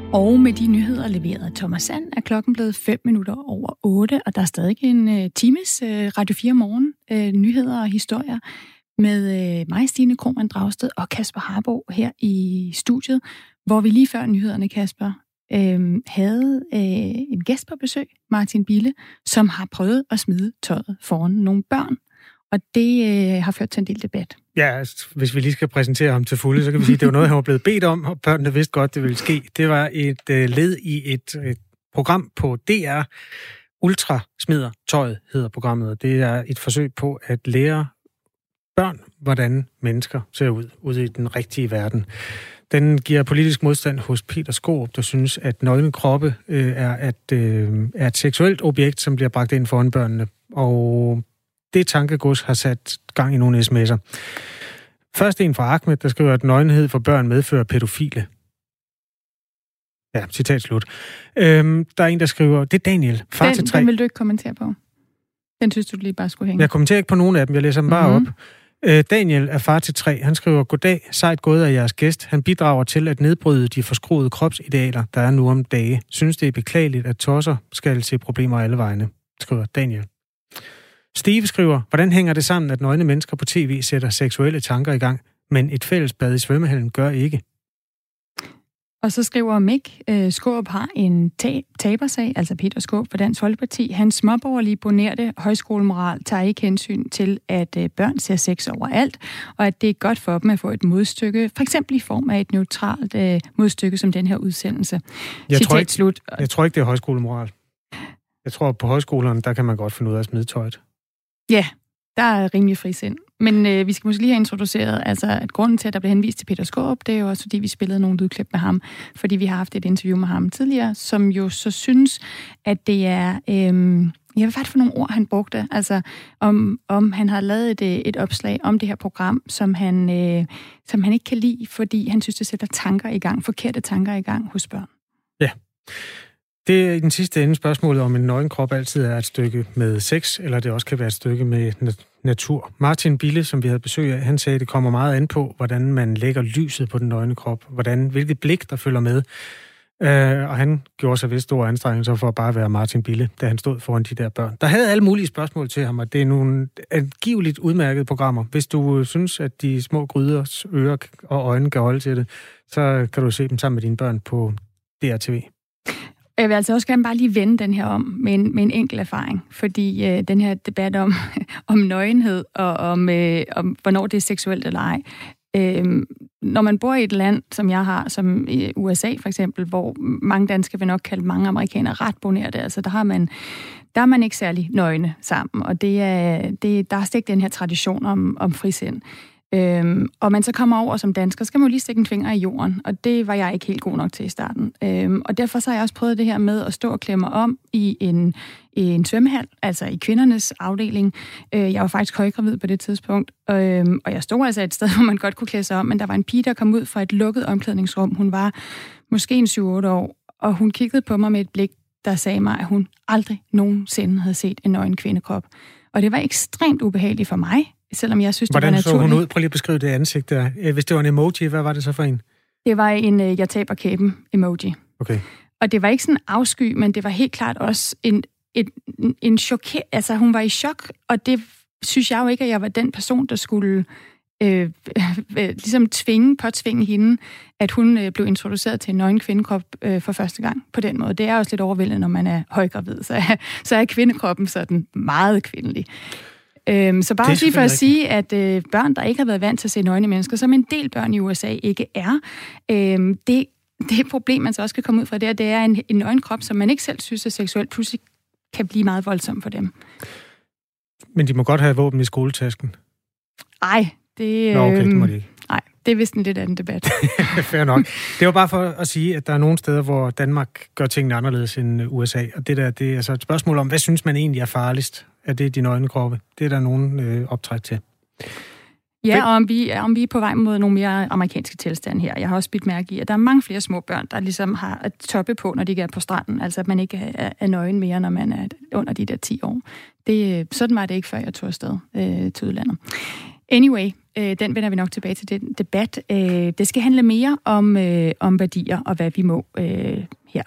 Og med de nyheder leveret af Thomas Sand er klokken blevet 5 minutter over 8, og der er stadig en times Radio 4 morgen nyheder og historier med mig, Stine Krohmann Dragsted og Kasper Harbo her i studiet, hvor vi lige før nyhederne, Kasper, havde en gæst på besøg, Martin Bille, som har prøvet at smide tøjet foran nogle børn. Og det har ført til en del debat. Ja, hvis vi lige skal præsentere ham til fulde, så kan vi sige, at det var noget, han var blevet bedt om, og børnene vidste godt, det ville ske. Det var et led i et program på DR. Ultra smider tøjet hedder programmet. Det er et forsøg på at lære børn, hvordan mennesker ser ud ude i den rigtige verden. Den giver politisk modstand hos Peter Skaarup, der synes, at nøgne kroppe er et seksuelt objekt, som bliver bragt ind foran børnene. Og det tankegods har sat gang i nogle sms'er. Først en fra Ahmed, der skriver, at nøgenhed for børn medfører pædofile. Ja, citat slut. Der er en, der skriver, det er Daniel, far til 3. Den vil du ikke kommentere på. Den synes du lige bare skulle hænge. Jeg kommenterer ikke på nogen af dem, jeg læser dem bare op. Daniel er far til 3. Han skriver, goddag, sejt gået af jeres gæst. Han bidrager til at nedbryde de forskruede kropsidealer, der er nu om dage. Synes det er beklageligt, at tosser skal se problemer alle vegne, skriver Daniel. Steve skriver, hvordan hænger det sammen, at nøgne mennesker på tv sætter seksuelle tanker i gang, men et fællesbad i svømmehallen gør ikke? Og så skriver Mick, Skaarup har en tabersag, altså Peter Skaarup for Dansk Folkeparti. Hans småborgerlige bonerte højskolemoral tager ikke hensyn til, at børn ser sex overalt, og at det er godt for dem at få et modstykke, for eksempel i form af et neutralt modstykke som den her udsendelse. Jeg tror ikke, det er højskolemoral. Jeg tror, på højskolerne, der kan man godt finde ud af at smide tøjet. Ja, der er rimelig frisind. Men vi skal måske lige have introduceret, altså at grunden til, at der blev henvist til Peter Skaarup, det er jo også, fordi vi spillede nogle lydklip med ham, fordi vi har haft et interview med ham tidligere, som jo så synes, at det er... jeg vil faktisk for nogle ord, han brugte, altså om han har lavet et opslag om det her program, som han ikke kan lide, fordi han synes, det sætter tanker i gang, forkerte tanker i gang hos børn. Ja. Det er i den sidste ende spørgsmålet, om en nøgenkrop altid er et stykke med sex, eller det også kan være et stykke med natur. Martin Bille, som vi havde besøg af, han sagde, at det kommer meget an på, hvordan man lægger lyset på den nøgne krop, hvilket blik, der følger med. Og han gjorde sig vist store anstrengelser for at bare være Martin Bille, da han stod foran de der børn. Der havde alle mulige spørgsmål til ham, og det er nogle angiveligt udmærkede programmer. Hvis du synes, at de små gryders ører og øjne kan holde til det, så kan du se dem sammen med dine børn på DRTV. Jeg vil altså også gerne bare lige vende den her om med en enkel erfaring, fordi den her debat om nøgenhed og om hvornår det er seksuelt eller ej. Når man bor i et land, som jeg har, som i USA for eksempel, hvor mange danskere vil nok kalde mange amerikanere ret bonerte, altså der er man ikke særlig nøgne sammen, og der er slet ikke den her tradition om frisind. Og man så kommer over som dansker, så skal man jo lige stikke en finger i jorden, og det var jeg ikke helt god nok til i starten. Og derfor så har jeg også prøvet det her med at stå og klemme om i en svømmehal, altså i kvindernes afdeling. Jeg var faktisk højgravid på det tidspunkt, og jeg stod altså et sted, hvor man godt kunne klæde sig om, men der var en pige, der kom ud fra et lukket omklædningsrum. Hun var måske en 7-8 år, og hun kiggede på mig med et blik, der sagde mig, at hun aldrig nogensinde havde set en nøgen kvindekrop. Og det var ekstremt ubehageligt for mig, selvom jeg synes, det var naturligt. Hvordan så hun ud? Prøv lige at beskrive det ansigt der. Hvis det var en emoji, hvad var det så for en? Det var en jeg taber kæben emoji. Okay. Og det var ikke sådan afsky, men det var helt klart også en chok. Altså hun var i chok, og det synes jeg jo ikke, at jeg var den person, der skulle ligesom påtvinge hende, at hun blev introduceret til en nøgen kvindekrop for første gang på den måde. Det er også lidt overvældende, når man er højgravid, så er kvindekroppen sådan meget kvindelig. Så bare lige for at sige, at børn, der ikke har været vant til at se nøgne mennesker, som en del børn i USA ikke er, det problem, man så også kan komme ud fra det er en nøgen krop, som man ikke selv synes er seksuelt, pludselig kan blive meget voldsom for dem. Men de må godt have våben i skoletasken? Ej, det... Nå, okay, det må de ikke. Nej, det er vist en lidt anden debat. Fair nok. Det var bare for at sige, at der er nogle steder, hvor Danmark gør tingene anderledes end USA, og det er altså et spørgsmål om, hvad synes man egentlig er farligst? Er det de nøgne kroppe? Det er der nogen optræk til. Ja, og om vi er på vej mod nogle mere amerikanske tilstande her. Jeg har også bidt mærke i, at der er mange flere små børn, der ligesom har et toppe på, når de er på stranden. Altså, at man ikke er nøgen mere, når man er under de der 10 år. Sådan var det ikke, før jeg tog afsted til udlandet. Anyway, Den vender vi nok tilbage til den debat. Det skal handle mere om værdier og hvad vi må her.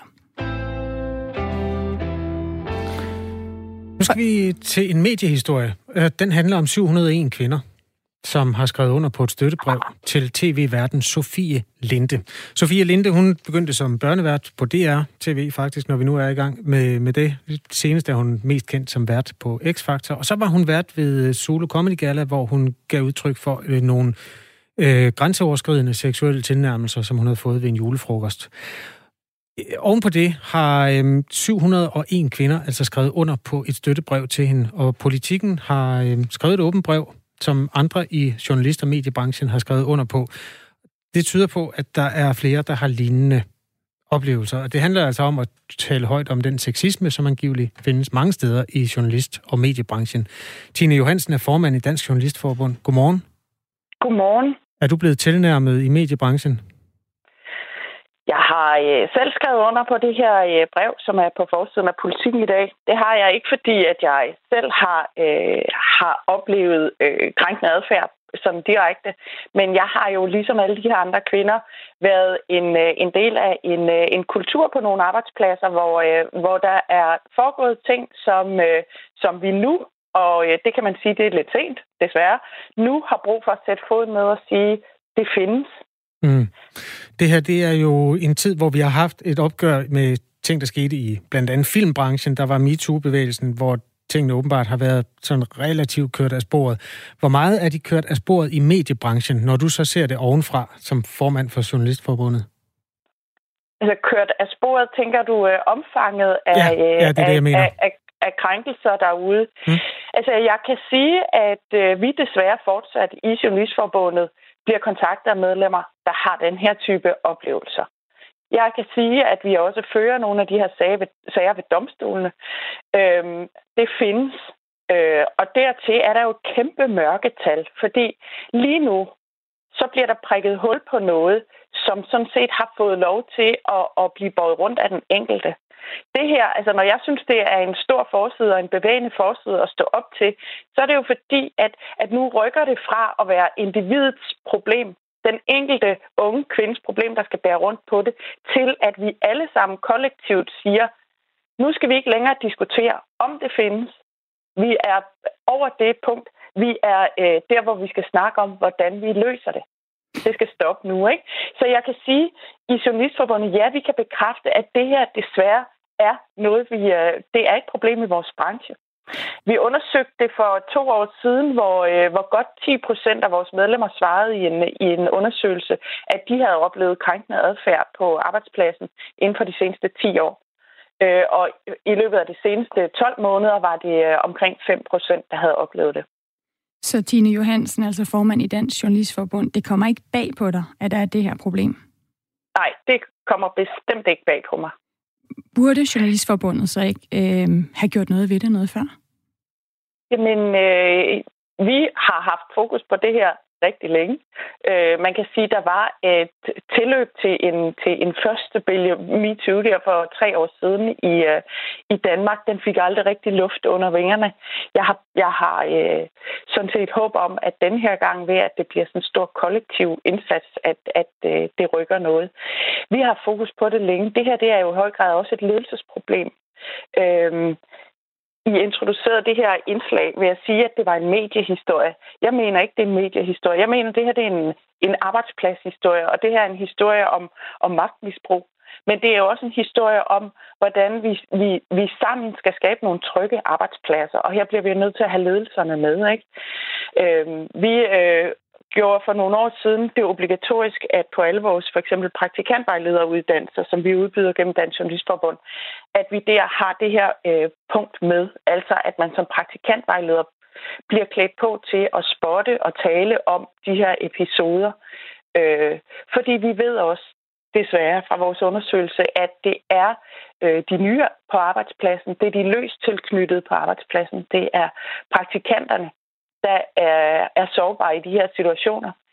Nu skal vi til en mediehistorie. Den handler om 701 kvinder, som har skrevet under på et støttebrev til tv-værten Sofie Linde. Sofie Linde, hun begyndte som børnevært på DR TV faktisk, når vi nu er i gang med det. Senest er hun mest kendt som vært på X-Factor, og så var hun vært ved Zulu Comedy Gala, hvor hun gav udtryk for nogle grænseoverskridende seksuelle tilnærmelser, som hun havde fået ved en julefrokost. Oven på det har 701 kvinder altså skrevet under på et støttebrev til hende, og Politikken har skrevet et åbent brev, som andre i journalist- og mediebranchen har skrevet under på. Det tyder på, at der er flere, der har lignende oplevelser, og det handler altså om at tale højt om den sexisme, som angiveligt findes mange steder i journalist- og mediebranchen. Tine Johansen er formand i Dansk Journalistforbund. Godmorgen. Godmorgen. Er du blevet tilnærmet i mediebranchen? Jeg har selv skrevet under på det her brev, som er på forsiden af Politikken i dag. Det har jeg ikke, fordi at jeg selv har oplevet krænkende adfærd sådan direkte. Men jeg har jo ligesom alle de her andre kvinder været en del af en kultur på nogle arbejdspladser, hvor der er foregået ting, som vi nu, og det kan man sige, det er lidt sent, desværre, nu har brug for at sætte foden med og sige, det findes. Mm. Det her, det er jo en tid, hvor vi har haft et opgør med ting, der skete i blandt andet filmbranchen. Der var MeToo-bevægelsen, hvor tingene åbenbart har været sådan relativt kørt af sporet. Hvor meget er de kørt af sporet i mediebranchen, når du så ser det ovenfra som formand for Journalistforbundet? Altså kørt af sporet, tænker du omfanget af, det er det, jeg mener. af krænkelser derude? Altså jeg kan sige, at vi desværre fortsat i Journalistforbundet bliver kontaktet af medlemmer, der har den her type oplevelser. Jeg kan sige, at vi også fører nogle af de her sager ved domstolene. Det findes. Og dertil er der jo et kæmpe mørketal, fordi lige nu, så bliver der prikket hul på noget, som sådan set har fået lov til at blive båret rundt af den enkelte. Det her, altså når jeg synes, det er en stor forside og en bevægende forside at stå op til, så er det jo fordi, at nu rykker det fra at være individets problem, den enkelte unge kvindes problem, der skal bære rundt på det, til at vi alle sammen kollektivt siger, nu skal vi ikke længere diskutere, om det findes. Vi er over det punkt. Vi er der, hvor vi skal snakke om, hvordan vi løser det. Det skal stoppe nu, ikke? Så jeg kan sige, i Journalistforbundet, ja, vi kan bekræfte, at det her desværre er noget, det er et problem i vores branche. Vi undersøgte det for 2 år siden, hvor godt 10% af vores medlemmer svarede i en undersøgelse, at de havde oplevet krænkende adfærd på arbejdspladsen inden for de seneste 10 år. Og i løbet af de seneste 12 måneder var det omkring 5%, der havde oplevet det. Så Tine Johansen, altså formand i Dansk Journalistforbund, det kommer ikke bag på dig, at der er det her problem? Nej, det kommer bestemt ikke bag på mig. Burde Journalistforbundet så ikke have gjort noget ved det noget før? Jamen, vi har haft fokus på det her rigtig længe. Man kan sige, at der var et tilløb til en første bølge MeToo der for 3 år siden i Danmark. Den fik aldrig rigtig luft under vingerne. Jeg har sådan set håb om, at den her gang ved, at det bliver sådan en stor kollektiv indsats, at det rykker noget. Vi har fokus på det længe. Det her, det er jo i høj grad også et ledelsesproblem. I introducerede det her indslag ved at sige, at det var en mediehistorie. Jeg mener ikke, det er en mediehistorie. Jeg mener, det her det er en arbejdspladshistorie, og det her er en historie om magtmisbrug. Men det er jo også en historie om, hvordan vi sammen skal skabe nogle trygge arbejdspladser, og her bliver vi nødt til at have ledelserne med, ikke? Vi gjorde for nogle år siden det obligatorisk, at på alle vores for eksempel praktikantvejlederuddannelser, som vi udbyder gennem Dansk Journalistforbund, at vi der har det her punkt med, altså at man som praktikantvejleder bliver klædt på til at spotte og tale om de her episoder. Fordi vi ved også, desværre fra vores undersøgelse, at det er de nye på arbejdspladsen, det er de løst tilknyttede på arbejdspladsen, det er praktikanterne, der er sårbare i de her situationer.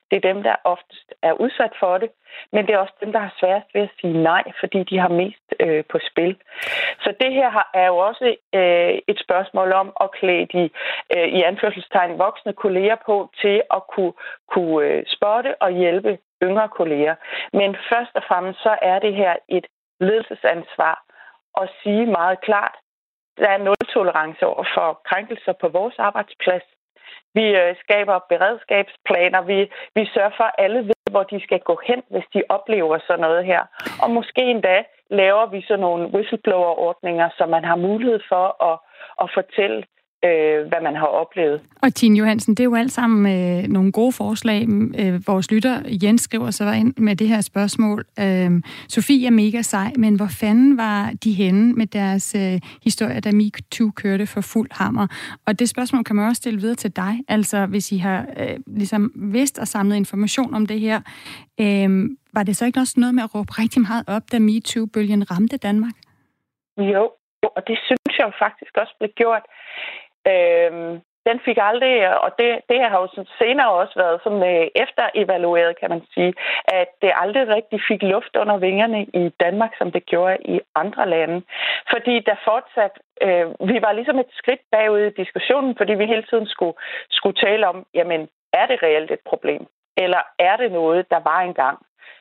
Det er dem, der oftest er udsat for det, men det er også dem, der har sværest ved at sige nej, fordi de har mest på spil. Så det her er jo også et spørgsmål om at klæde de i anførselstegn voksne kolleger på til at kunne spotte og hjælpe yngre kolleger. Men først og fremmest så er det her et ledelsesansvar at sige meget klart, der er nul-tolerance over for krænkelser på vores arbejdsplads. Vi skaber beredskabsplaner. Vi sørger for, at alle ved, hvor de skal gå hen, hvis de oplever sådan noget her. Og måske endda laver vi sådan nogle whistleblower-ordninger, så man har mulighed for at fortælle, hvad man har oplevet. Og Tine Johansen, det er jo alt sammen nogle gode forslag. Vores lytter Jens skriver så ind med det her spørgsmål. Sofie er mega sej, men hvor fanden var de henne med deres historie, da MeToo kørte for fuld hammer? Og det spørgsmål kan man også stille videre til dig. Altså, hvis I har ligesom vidst og samlet information om det her, var det så ikke også noget med at råbe rigtig meget op, da MeToo-bølgen ramte Danmark? Jo, og det synes jeg faktisk også blev gjort. Den fik aldrig, og det har jo senere også været sådan efterevalueret, kan man sige, at det aldrig rigtig fik luft under vingerne i Danmark, som det gjorde i andre lande. Fordi der fortsat, vi var ligesom et skridt bagud i diskussionen, fordi vi hele tiden skulle tale om, jamen, er det reelt et problem? Eller er det noget, der var engang?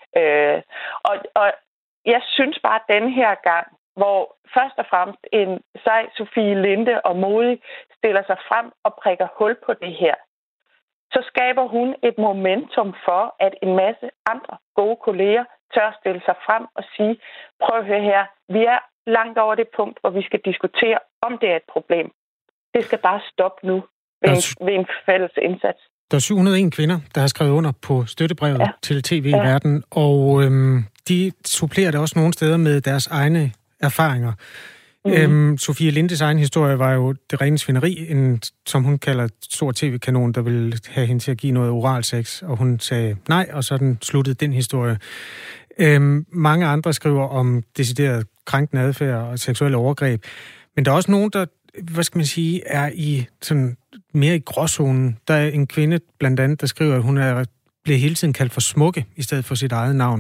Og jeg synes bare, at den her gang, hvor først og fremmest en sej Sofie Linde og modig stiller sig frem og prikker hul på det her, så skaber hun et momentum for, at en masse andre gode kolleger tør stille sig frem og sige, prøv at høre her, vi er langt over det punkt, hvor vi skal diskutere, om det er et problem. Det skal bare stoppe nu ved en fælles indsats. Der er 701 kvinder, der har skrevet under på støttebrevet til TV i verden, og de supplerer det også nogle steder med deres egne erfaringer. Sofie Lindes egen historie var jo det rene svineri, en, som hun kalder stor tv-kanon, der ville have hende til at give noget oralsex, og hun sagde nej, og sådan sluttede den historie. Mange andre skriver om decideret krænkende adfærd og seksuelle overgreb, men der er også nogen, der, hvad skal man sige, er i sådan mere i gråzonen. Der er en kvinde blandt andet, der skriver, at hun bliver hele tiden kaldt for Smukke, i stedet for sit eget navn.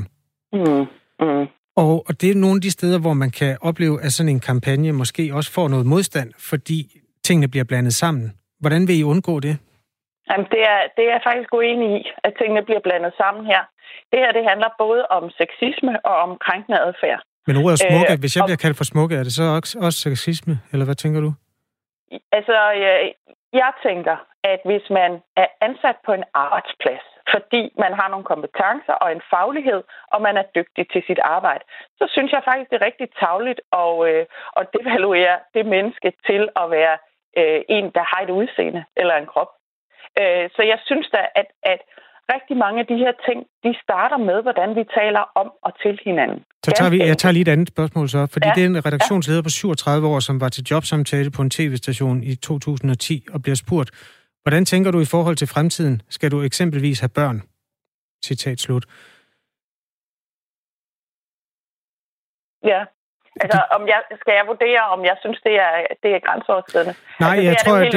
Og det er nogle af de steder, hvor man kan opleve, at sådan en kampagne måske også får noget modstand, fordi tingene bliver blandet sammen. Hvordan vil I undgå det? Jamen, det er jeg faktisk uenig i, at tingene bliver blandet sammen her. Det her, det handler både om sexisme og om krænkende adfærd. Men ordet smukke, hvis jeg bliver kaldt for smukke, er det så også sexisme, eller hvad tænker du? Altså, jeg tænker, at hvis man er ansat på en arbejdsplads, fordi man har nogle kompetencer og en faglighed, og man er dygtig til sit arbejde, så synes jeg faktisk, det er rigtig tarveligt at devaluere det menneske til at være en, der har et udseende eller en krop. Så jeg synes da, at rigtig mange af de her ting, de starter med, hvordan vi taler om og til hinanden. Så jeg tager lige et andet spørgsmål så, fordi det er en redaktionsleder på 37 år, som var til jobsamtale på en tv-station i 2010 og bliver spurgt, hvordan tænker du i forhold til fremtiden? Skal du eksempelvis have børn? Citat slut. Ja, altså skal jeg vurdere, om jeg synes, det er grænseoverskridende? Nej, altså, jeg tror, at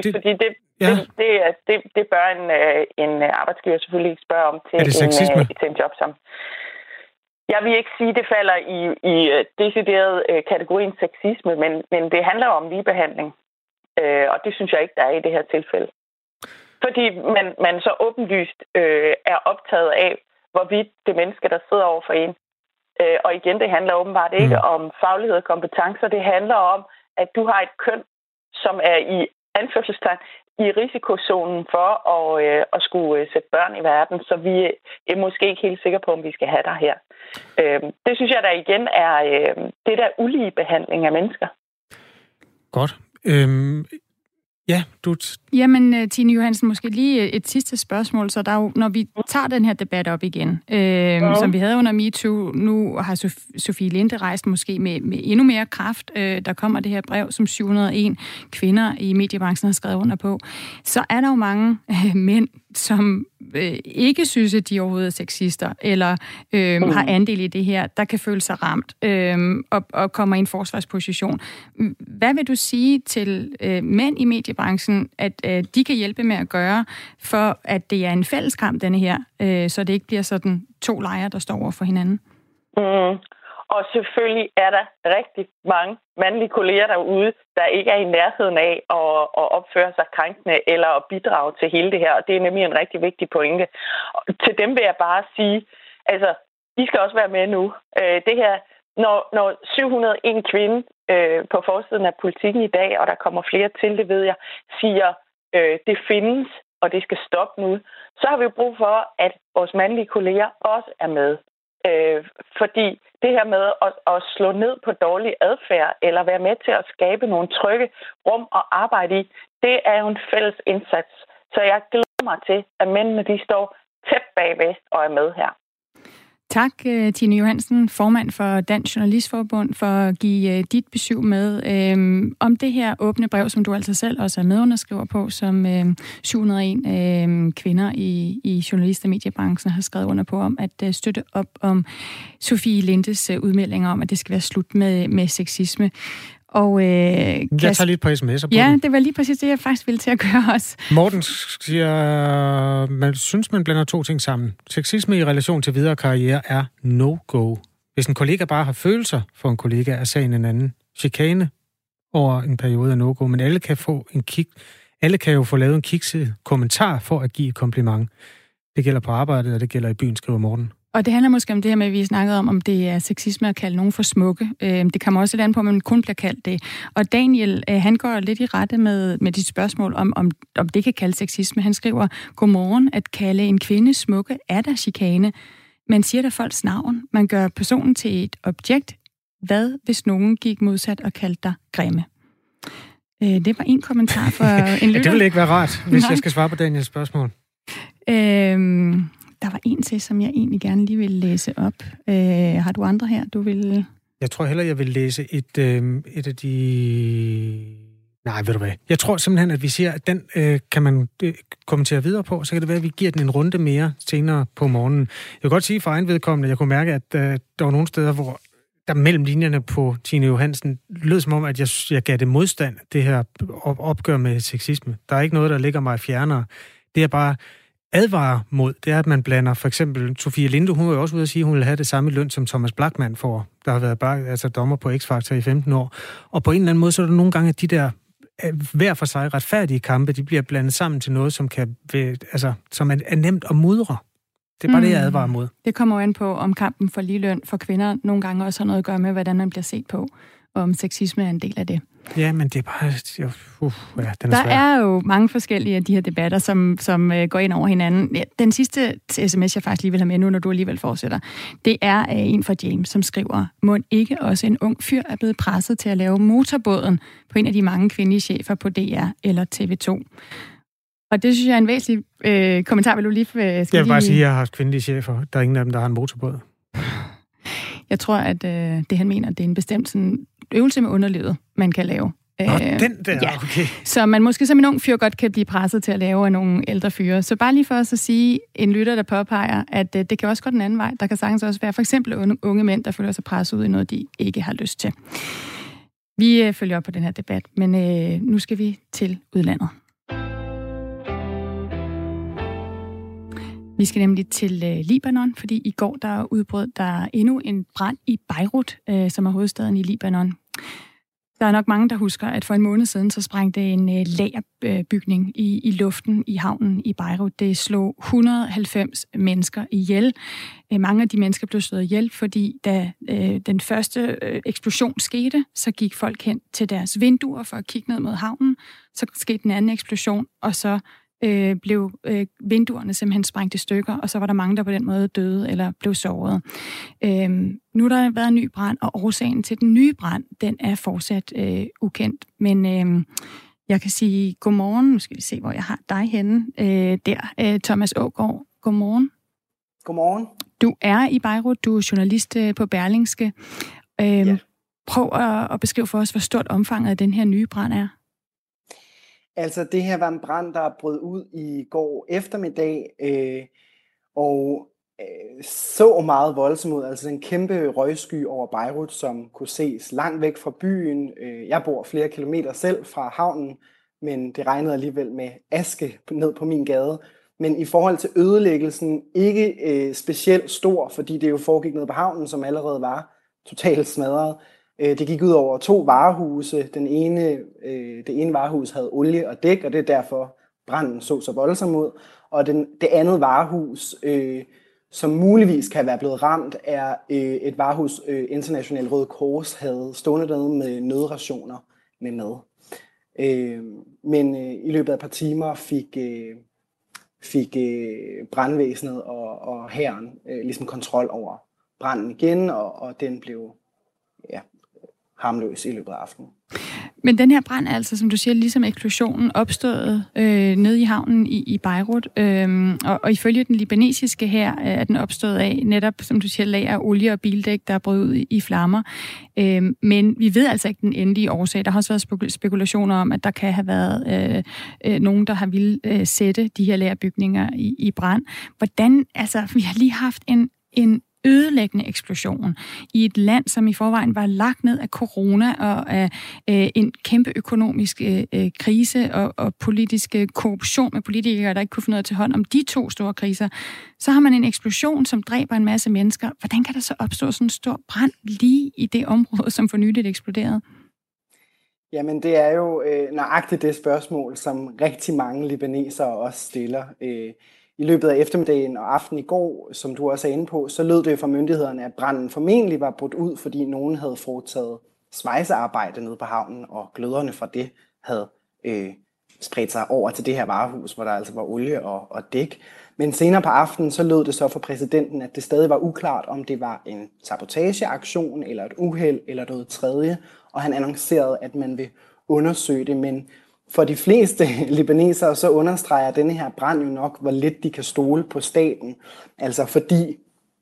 det bør en arbejdsgiver selvfølgelig ikke spørge om til en jobsamtale. Jeg vil ikke sige, at det falder i decideret kategorien sexisme, men det handler om ligebehandling. Og det synes jeg ikke, der er i det her tilfælde. Fordi man så åbenlyst er optaget af, hvorvidt det menneske, der sidder over for en. Og igen, det handler åbenbart ikke om faglighed og kompetencer. Det handler om, at du har et køn, som er i anførselstegn i risikozonen for at skulle sætte børn i verden. Så vi er måske ikke helt sikre på, om vi skal have dig her. Det synes jeg, der igen er det der ulige behandling af mennesker. Godt. Ja, du... Jamen, Tine Johansen, måske lige et sidste spørgsmål. Så der er jo, når vi tager den her debat op igen, som vi havde under MeToo, nu har Sofie Linde rejst måske med endnu mere kraft. Der kommer det her brev, som 701 kvinder i mediebranchen har skrevet under på. Så er der jo mange mænd, som ikke synes, at de overhovedet er sexister, eller har andel i det her, der kan føle sig ramt og kommer i en forsvarsposition. Hvad vil du sige til mænd i mediebranchen, at de kan hjælpe med at gøre, for at det er en fælles kamp, denne her, så det ikke bliver sådan 2 lejre, der står over for hinanden? Og selvfølgelig er der rigtig mange mandlige kolleger derude, der ikke er i nærheden af at opføre sig krænkende eller at bidrage til hele det her. Og det er nemlig en rigtig vigtig pointe. Og til dem vil jeg bare sige, altså, I skal også være med nu. Det her, når 701 kvinde på forsiden af Politikken i dag, og der kommer flere til, det ved jeg, siger, det findes, og det skal stoppe nu, så har vi jo brug for, at vores mandlige kolleger også er med. Fordi det her med at slå ned på dårlig adfærd, eller være med til at skabe nogle trygge rum at arbejde i, det er jo en fælles indsats. Så jeg glæder mig til, at mændene de står tæt bagved og er med her. Tak, Tine Johansen, formand for Dansk Journalistforbund, for at give dit besøg med om det her åbne brev, som du altså selv også er medunderskriver på, som 701 kvinder i journalist- og mediebranchen har skrevet under på, om at støtte op om Sofie Lindes udmeldinger om, at det skal være slut med sexisme. Og, jeg tager lidt på sms'er på ja, den. det var lige præcis det, jeg faktisk ville til at gøre også. Morten siger, man synes, man blander 2 ting sammen. Sexisme i relation til videre karriere er no-go. Hvis en kollega bare har følelser for en kollega, er sagen en anden. Chikane over en periode er no-go, men alle kan jo få lavet en kikset kommentar for at give et kompliment. Det gælder på arbejdet, og det gælder i byen, skriver Morten. Og det handler måske om det her med, at vi snakkede om det er sexisme at kalde nogen for smukke. Det kommer også et andet på, at man kun bliver kaldt det. Og Daniel, han går lidt i rette med dit spørgsmål om det kan kalde sexisme. Han skriver, godmorgen, at kalde en kvinde smukke er der chikane. Man siger der folks navn. Man gør personen til et objekt. Hvad hvis nogen gik modsat og kaldte dig grimme? Det var en kommentar for en lytter. Det ville ikke være rart, hvis jeg skal svare på Daniels spørgsmål. Der var en til, som jeg egentlig gerne lige vil læse op. Har du andre her, du vil... Jeg tror hellere, jeg vil læse et af de... Nej, ved du hvad? Jeg tror simpelthen, at vi siger, at den kan man kommentere videre på, så kan det være, at vi giver den en runde mere senere på morgenen. Jeg vil godt sige for egen vedkommende, jeg kunne mærke, at der var nogle steder, hvor der mellem linjerne på Tine Johansen lød som om, at jeg gav det modstand, det her opgør med sexisme. Der er ikke noget, der ligger mig fjernere. Det er bare advarer mod, det er, at man blander for eksempel Sofie Linde, hun var jo også ude at sige, at hun vil have det samme løn, som Thomas Blachmann får, der har været dommer på X-Factor i 15 år. Og på en eller anden måde, så er der nogle gange, at de der hver for sig retfærdige kampe, de bliver blandet sammen til noget, som som er nemt at mudre. Det er bare det, jeg advarer mod. Det kommer jo an på, om kampen for ligeløn for kvinder nogle gange også har noget at gøre med, hvordan man bliver set på, og om sexisme er en del af det. Ja, men det er bare... den er svær. Der er jo mange forskellige af de her debatter, som går ind over hinanden. Den sidste sms, jeg faktisk lige vil have med nu, når du alligevel fortsætter, det er en fra James, som skriver, må ikke også en ung fyr er blevet presset til at lave motorbåden på en af de mange kvindelige chefer på DR eller TV2. Og det synes jeg er en væsentlig kommentar, vil du lige... Jeg vil bare sige, at jeg har haft kvindelige chefer. Der er ingen af dem, der har en motorbåd. Jeg tror, at det han mener, det er en bestemt sådan, øvelse med underlivet, man kan lave. Den der, ja. Okay. Så man måske som en ung fyr godt kan blive presset til at lave af nogle ældre fyre. Så bare lige for os at sige, en lytter, der påpeger, at det kan også gå den anden vej. Der kan sagtens også være for eksempel unge mænd, der føler sig presset ud i noget, de ikke har lyst til. Vi følger op på den her debat, men nu skal vi til udlandet. Vi skal nemlig til Libanon, fordi i går der udbrød der endnu en brand i Beirut, som er hovedstaden i Libanon. Der er nok mange, der husker, at for en måned siden så sprængte en lagerbygning i luften i havnen i Beirut. Det slog 190 mennesker ihjel. Mange af de mennesker blev slået ihjel, fordi da den første eksplosion skete, så gik folk hen til deres vinduer for at kigge ned mod havnen. Så skete en anden eksplosion, og så blev vinduerne simpelthen sprængt i stykker, og så var der mange, der på den måde døde eller blev såret. Nu har der været en ny brand, og årsagen til den nye brand, den er fortsat ukendt. Men jeg kan sige godmorgen. Nu skal vi se, hvor jeg har dig henne. Thomas Aagaard. Godmorgen. Godmorgen. Du er i Beirut, du er journalist på Berlingske. Ja. Prøv at beskrive for os, hvor stort omfanget af den her nye brand er. Altså, det her var en brand, der brød ud i går eftermiddag, og så meget voldsomt ud. Altså en kæmpe røgsky over Beirut, som kunne ses langt væk fra byen. Jeg bor flere kilometer selv fra havnen, men det regnede alligevel med aske ned på min gade. Men i forhold til ødelæggelsen, ikke specielt stor, fordi det jo foregik ned på havnen, som allerede var totalt smadret. Det gik ud over 2 varehuse. Det ene varehus havde olie og dæk, og det er derfor branden så voldsomt ud. Og det andet varehus, som muligvis kan være blevet ramt, er et varehus, International Røde Kors havde stående dernede med nødrationer med mad. Men i løbet af et par timer fik brandvæsenet og hæren ligesom kontrol over branden igen, og den blev harmløs i løbet af aftenen. Men den her brand er altså, som du siger, ligesom eksplosionen opstået nede i havnen i Beirut. Og ifølge den libanesiske her er den opstået af netop, som du siger, lager af olie og bildæk, der er brudt ud i flammer. Men vi ved altså ikke den endelige årsag. Der har også været spekulationer om, at der kan have været nogen, der har ville sætte de her lagerbygninger i brand. Hvordan, altså, vi har lige haft en ødelæggende eksplosion i et land, som i forvejen var lagt ned af corona og af en kæmpe økonomisk krise og politisk korruption med politikere, der ikke kunne få noget til hånd om de 2 store kriser. Så har man en eksplosion, som dræber en masse mennesker. Hvordan kan der så opstå sådan en stor brand lige i det område, som for nyligt eksploderede? Jamen, det er jo nøjagtigt det spørgsmål, som rigtig mange libanesere også stiller. I løbet af eftermiddagen og aften i går, som du også er inde på, så lød det fra myndighederne, at branden formentlig var brudt ud, fordi nogen havde foretaget svejsearbejde nede på havnen, og gløderne fra det havde spredt sig over til det her varehus, hvor der altså var olie og dæk. Men senere på aftenen, så lød det så fra præsidenten, at det stadig var uklart, om det var en sabotageaktion, eller et uheld, eller noget tredje, og han annoncerede, at man vil undersøge det, men for de fleste libanesere, så understreger denne her brand jo nok, hvor lidt de kan stole på staten. Altså fordi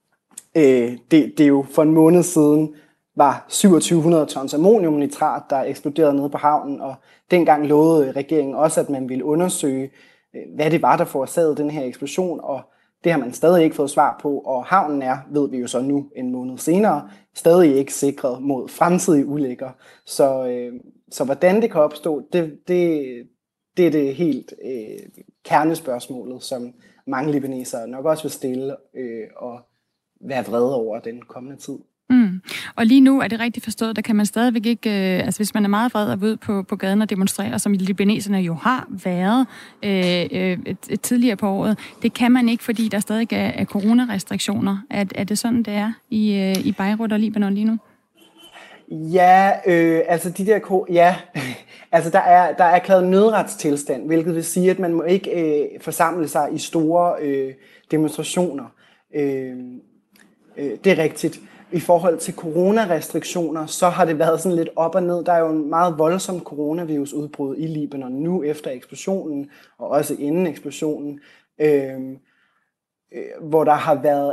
det jo for en måned siden var 2700 tons ammoniumnitrat, der eksploderede nede på havnen, og dengang lovede regeringen også, at man ville undersøge, hvad det var, der forårsagede den her eksplosion, og det har man stadig ikke fået svar på, og havnen er, ved vi jo så nu en måned senere, stadig ikke sikret mod fremtidige ulykker. Så hvordan det kan opstå, det er det helt kernespørgsmålet, som mange libanesere nok også vil stille og være vrede over den kommende tid. Og lige nu er det rigtigt forstået, der kan man stadigvæk ikke, altså hvis man er meget vred og ved på gaden og demonstrerer, som libaneserne jo har været et tidligere på året, det kan man ikke, fordi der stadig er coronarestriktioner. Er det sådan, det er i Beirut og Libanon lige nu? Ja, altså de der altså der er erklæret nødretstilstand, hvilket vil sige, at man må ikke forsamle sig i store demonstrationer. Det er rigtigt. I forhold til coronarestriktioner, så har det været sådan lidt op og ned. Der er jo en meget voldsom coronavirusudbrud i Libanon nu efter eksplosionen, og også inden eksplosionen, hvor der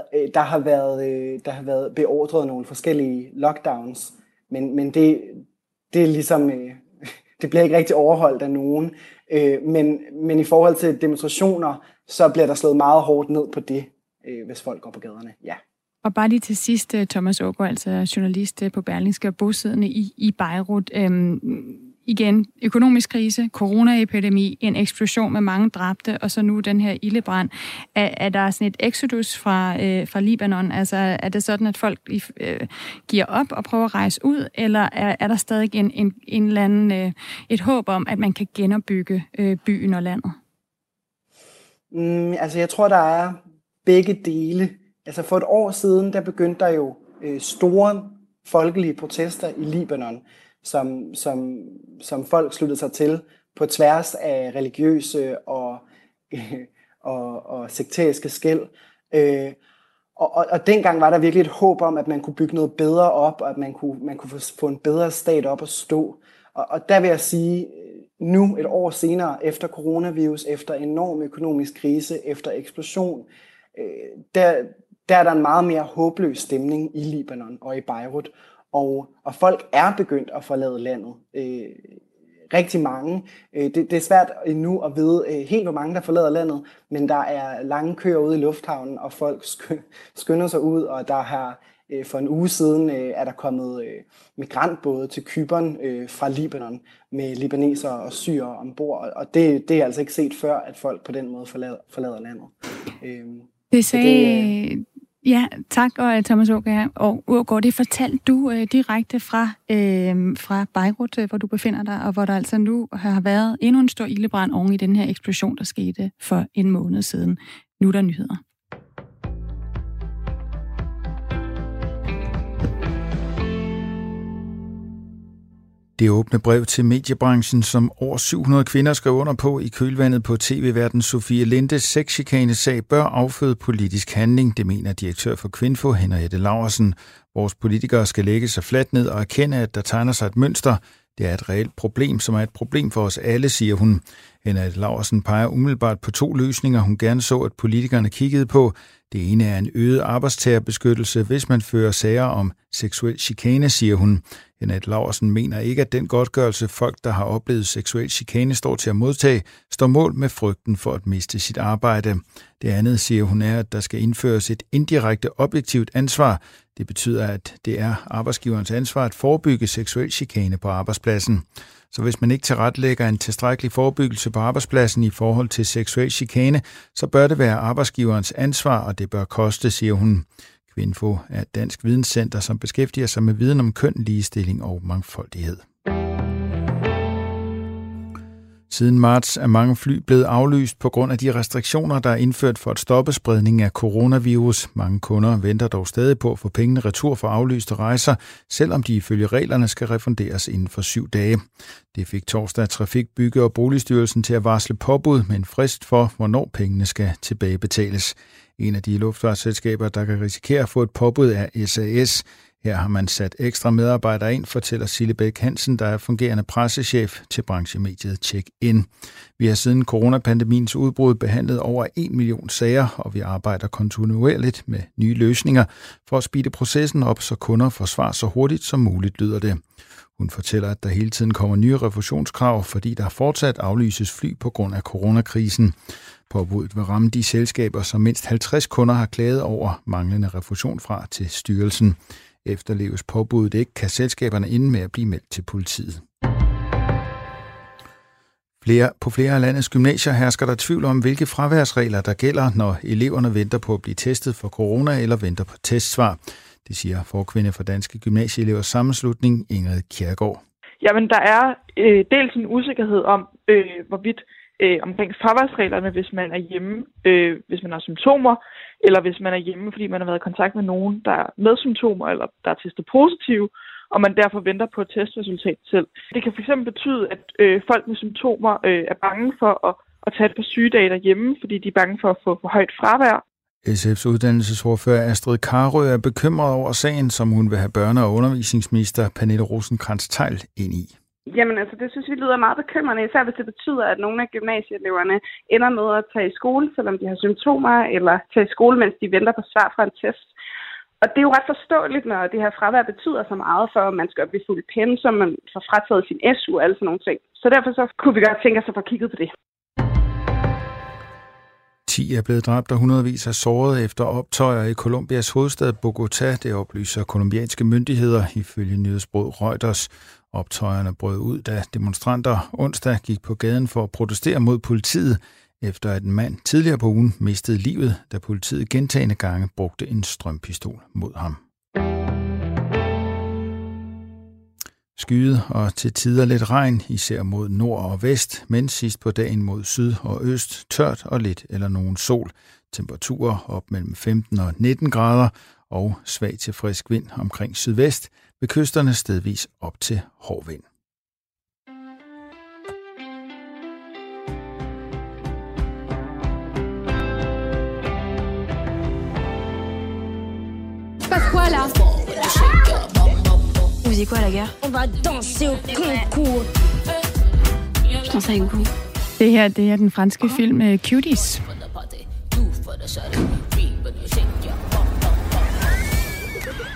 har været beordret nogle forskellige lockdowns. Men det er ligesom, det bliver ikke rigtig overholdt af nogen. Men i forhold til demonstrationer, så bliver der slået meget hårdt ned på det, hvis folk går på gaderne. Ja. Og bare lige til sidst, Thomas Aagaard, altså journalist på Berlingske og bosiddende i Beirut. Igen, økonomisk krise, coronaepidemi, en eksplosion med mange dræbte, og så nu den her ildebrand. Er der sådan et exodus fra Libanon? Altså er det sådan, at folk giver op og prøver at rejse ud, eller er der stadig en eller anden, et håb om, at man kan genopbygge byen og landet? Altså jeg tror, der er begge dele. Altså for et år siden, der begyndte der jo store folkelige protester i Libanon, som folk sluttede sig til på tværs af religiøse og sekteriske skel. Og dengang var der virkelig et håb om, at man kunne bygge noget bedre op, og at man kunne få en bedre stat op at stå. Og der vil jeg sige, nu et år senere, efter coronavirus, efter enorm økonomisk krise, efter eksplosion, der er der en meget mere håbløs stemning i Libanon og i Beirut. Og folk er begyndt at forlade landet. rigtig mange. Det er svært endnu at vide helt, hvor mange der forlader landet, men der er lange køer ude i lufthavnen, og folk skynder sig ud, og der har for en uge siden er der kommet migrantbåde til Cypern fra Libanon med libanesere og syrere ombord, og det er altså ikke set før, at folk på den måde forlader landet. Det sagde... Ja, tak, og Thomas Aagaard, det fortalte du direkte fra Beirut, hvor du befinder dig, og hvor der altså nu har været endnu en stor ildebrand oven i den her eksplosion, der skete for en måned siden. Nu er der nyheder. Det åbne brev til mediebranchen, som over 700 kvinder skrev under på i kølvandet på tv-værten Sofie Lindes sexchikane-sag, bør afføde politisk handling, det mener direktør for Kvinfo, Henriette Laursen. Vores politikere skal lægge sig fladt ned og erkende, at der tegner sig et mønster. Det er et reelt problem, som er et problem for os alle, siger hun. Henriette Laursen peger umiddelbart på 2 løsninger, hun gerne så, at politikerne kiggede på. Det ene er en øget arbejdstagerbeskyttelse, hvis man fører sager om seksuel chikane, siger hun. Henriette Laursen mener ikke, at den godtgørelse, folk, der har oplevet seksuel chikane, står til at modtage, står mål med frygten for at miste sit arbejde. Det andet, siger hun, er, at der skal indføres et indirekte objektivt ansvar. Det betyder, at det er arbejdsgiverens ansvar at forebygge seksuel chikane på arbejdspladsen. Så hvis man ikke tilrettelægger en tilstrækkelig forebyggelse på arbejdspladsen i forhold til seksuel chikane, så bør det være arbejdsgiverens ansvar, og det bør koste, siger hun. Kvinfo er et dansk videnscenter, som beskæftiger sig med viden om køn, ligestilling og mangfoldighed. Siden marts er mange fly blevet aflyst på grund af de restriktioner, der er indført for at stoppe spredningen af coronavirus. Mange kunder venter dog stadig på at få pengene retur for aflyste rejser, selvom de ifølge reglerne skal refunderes inden for 7 dage. Det fik torsdag Trafik, Bygge- og Boligstyrelsen til at varsle påbud med en frist for, hvornår pengene skal tilbagebetales. En af de luftfartsselskaber, der kan risikere at få et påbud, er SAS. Her har man sat ekstra medarbejdere ind, fortæller Sille Bæk Hansen, der er fungerende pressechef til branchemediet Check-In. Vi har siden coronapandemiens udbrud behandlet over 1 million sager, og vi arbejder kontinuerligt med nye løsninger for at speede processen op, så kunder får svar så hurtigt som muligt, lyder det. Hun fortæller, at der hele tiden kommer nye refusionskrav, fordi der fortsat aflyses fly på grund af coronakrisen. Påbuddet vil ramme de selskaber, som mindst 50 kunder har klaget over manglende refusion fra til styrelsen. Efterleves påbuddet ikke, kan selskaberne ende med at blive meldt til politiet. På flere af landets gymnasier hersker der tvivl om, hvilke fraværsregler der gælder, når eleverne venter på at blive testet for corona eller venter på testsvar. Det siger forkvinde for Danske Gymnasieelevers Sammenslutning, Ingrid Kjærgaard. Jamen, der er dels en usikkerhed om, hvorvidt omkring fraværsreglerne, hvis man er hjemme, hvis man har symptomer, eller hvis man er hjemme, fordi man har været i kontakt med nogen, der er med symptomer, eller der er testet positive, og man derfor venter på et testresultat selv. Det kan fx betyde, at folk med symptomer er bange for at tage et par sygedage derhjemme, fordi de er bange for at få for højt fravær. SF's uddannelsesordfører Astrid Carøe er bekymret over sagen, som hun vil have børne- og undervisningsminister Pernille Rosenkrantz-Theil ind i. Jamen altså, det synes vi lyder meget bekymrende, især hvis det betyder, at nogle af gymnasieeleverne ender med at tage i skole, selvom de har symptomer, eller tage i skole, mens de venter på svar fra en test. Og det er jo ret forståeligt, når det her fravær betyder så meget for, at man skal blive fuld pensum, man får frataget sin SU og alle sådan nogle ting. Så derfor så kunne vi godt tænke os at få kigget på det. 10 er blevet dræbt og hundredvis er såret efter optøjer i Colombias hovedstad Bogotá. Det oplyser kolumbianske myndigheder ifølge nyhedsbureauet Reuters. Optøjerne brød ud, da demonstranter onsdag gik på gaden for at protestere mod politiet, efter at en mand tidligere på ugen mistede livet, da politiet gentagne gange brugte en strømpistol mod ham. Skyet og til tider lidt regn, især mod nord og vest, men sidst på dagen mod syd og øst, tørt og lidt eller nogen sol. Temperaturer op mellem 15 og 19 grader og svag til frisk vind omkring sydvest, ved kysterne stedvis op til hård vind. Vous dites quoi à la gare? On va danser au concours. Putain, ça est god. Det her, det er den franske film Cuties.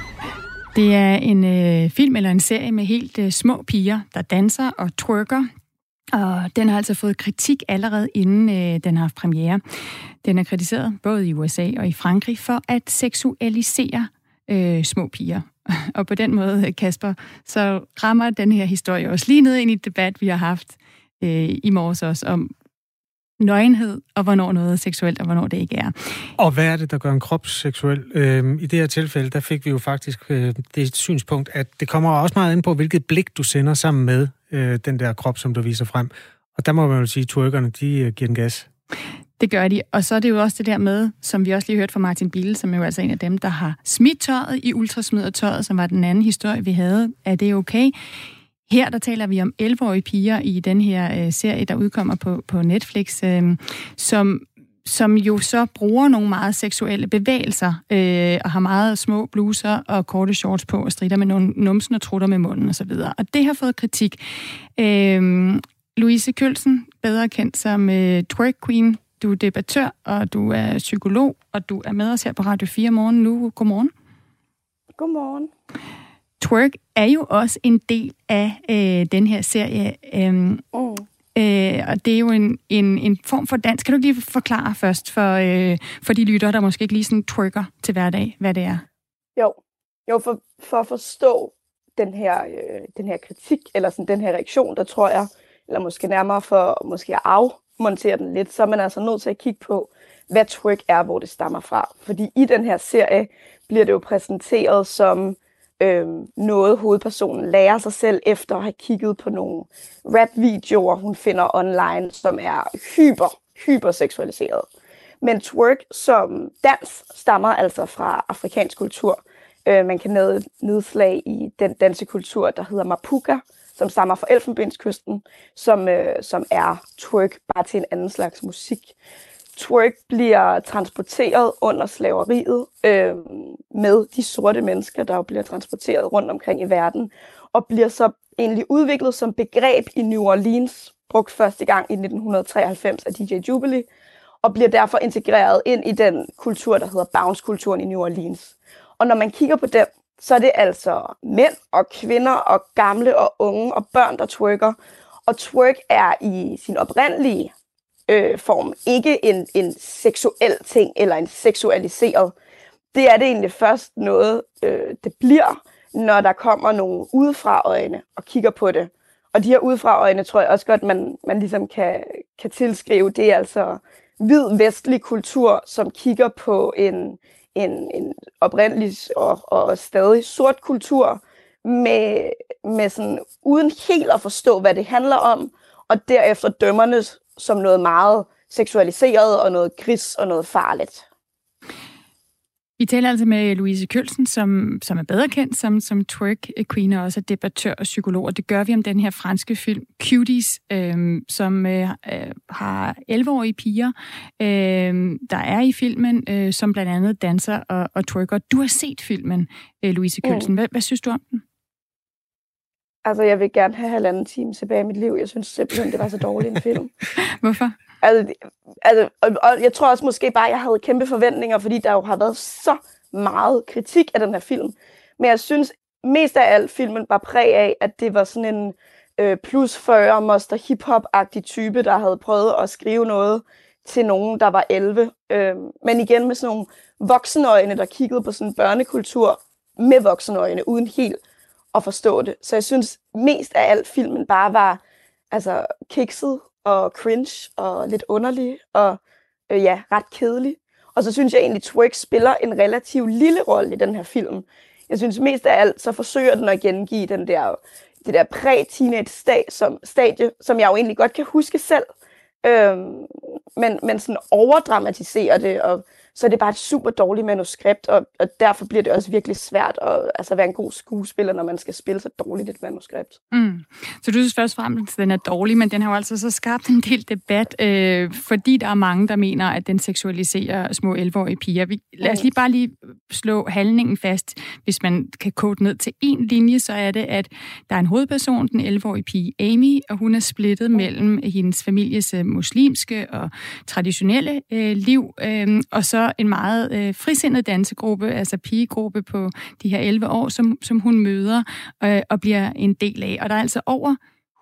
Det er en film eller en serie med helt små piger, der danser og twerker. Og den har altså fået kritik allerede inden den har haft premiere. Den er kritiseret både i USA og i Frankrig for at seksualisere små piger. Og på den måde, Kasper, så rammer den her historie også lige ned ind i et debat, vi har haft i morges også, om nøgenhed, og hvornår noget er seksuelt, og hvornår det ikke er. Og hvad er det, der gør en krop seksuel? I det her tilfælde, der fik vi jo faktisk det synspunkt, at det kommer også meget ind på, hvilket blik du sender sammen med den der krop, som du viser frem. Og der må man jo sige, at twerkerne, de giver den gas. Det gør de, og så er det jo også det der med, som vi også lige hørte fra Martin Biel, som jo altså en af dem, der har smidt tøjet i ultrasmidertøjet, som var den anden historie, vi havde. Er det okay? Her der taler vi om 11-årige piger i den her serie, der udkommer på Netflix, som jo så bruger nogle meget seksuelle bevægelser, og har meget små bluser og korte shorts på, og strider med nogle numsen og trutter med munden osv. Og det har fået kritik. Louise Kølsen, bedre kendt som twerk queen, du er debattør, og du er psykolog, og du er med os her på Radio 4 morgen nu. Godmorgen. Godmorgen. Twerk er jo også en del af den her serie, og det er jo en form for dans. Kan du lige forklare først for de lyttere, der måske ikke lige sådan twerker til hverdag, hvad det er? Jo, for at forstå den her kritik, eller sådan den her reaktion, der tror jeg, eller måske nærmere for måske at afmontere den lidt, så er man altså nødt til at kigge på, hvad twerk er, hvor det stammer fra. Fordi i den her serie bliver det jo præsenteret som noget, hovedpersonen lærer sig selv efter at have kigget på nogle rap-videoer, hun finder online, som er hyperseksualiseret. Men twerk som dans stammer altså fra afrikansk kultur. Man kan nedslag i den dansekultur, der hedder Mapuka, som stammer fra Elfenbenskysten, som er twerk bare til en anden slags musik. Twerk bliver transporteret under slaveriet med de sorte mennesker, der jo bliver transporteret rundt omkring i verden, og bliver så egentlig udviklet som begreb i New Orleans, brugt første gang i 1993 af DJ Jubilee, og bliver derfor integreret ind i den kultur, der hedder bounce-kulturen i New Orleans. Og når man kigger på den, så er det altså mænd og kvinder og gamle og unge og børn, der twerker. Og twerk er i sin oprindelige form ikke en seksuel ting eller en seksualiseret. Det er det egentlig først noget, det bliver, når der kommer nogle udefra øjne og kigger på det. Og de her udefra øjne tror jeg også godt, man ligesom kan tilskrive. Det er altså hvid vestlig kultur, som kigger på en oprindelig og stadig sort kultur, med sådan, uden helt at forstå, hvad det handler om, og derefter dømmerne som noget meget seksualiseret og noget gris og noget farligt. Vi taler altså med Louise Kølsen, som er bedre kendt som twerk queen og også er debattør og psykolog, og det gør vi om den her franske film Cuties, som har 11-årige piger, der er i filmen, som blandt andet danser og twerker. Du har set filmen, Louise Kølsen. Hvad synes du om den? Altså, jeg vil gerne have 1,5 time tilbage i mit liv. Jeg synes simpelthen, det var så dårlig en film. Hvorfor? Og jeg tror også måske bare, at jeg havde kæmpe forventninger, fordi der jo har været så meget kritik af den her film. Men jeg synes mest af alt, filmen var præg af, at det var sådan en plus 40 monster hip-hop-agtig type, der havde prøvet at skrive noget til nogen, der var 11. Men igen med sådan nogle voksenøjne, der kiggede på sådan en børnekultur med voksenøjne, uden helt at forstå det. Så jeg synes mest af alt, filmen bare var altså kikset og cringe og lidt underlig og ret kedelig. Og så synes jeg egentlig, at twerk spiller en relativt lille rolle i den her film. Jeg synes mest af alt, så forsøger den at gengive det der præ-teenage-stadie, som jeg jo egentlig godt kan huske selv. Men sådan overdramatiserer det, og så er det bare et super dårligt manuskript, og derfor bliver det også virkelig svært at være en god skuespiller, når man skal spille så dårligt et manuskript. Så du synes først og fremmest, at den er dårlig, men den har jo altså så skabt en del debat, fordi der er mange, der mener, at den seksualiserer små 11-årige piger. Lad os lige slå handlingen fast. Hvis man kan kode ned til en linje, så er det, at der er en hovedperson, den 11-årige pige Amy, og hun er splittet mellem hendes families muslimske og traditionelle liv, og så en meget frisindet dansegruppe, altså pigegruppe på de her 11 år, som hun møder og bliver en del af. Og der er altså over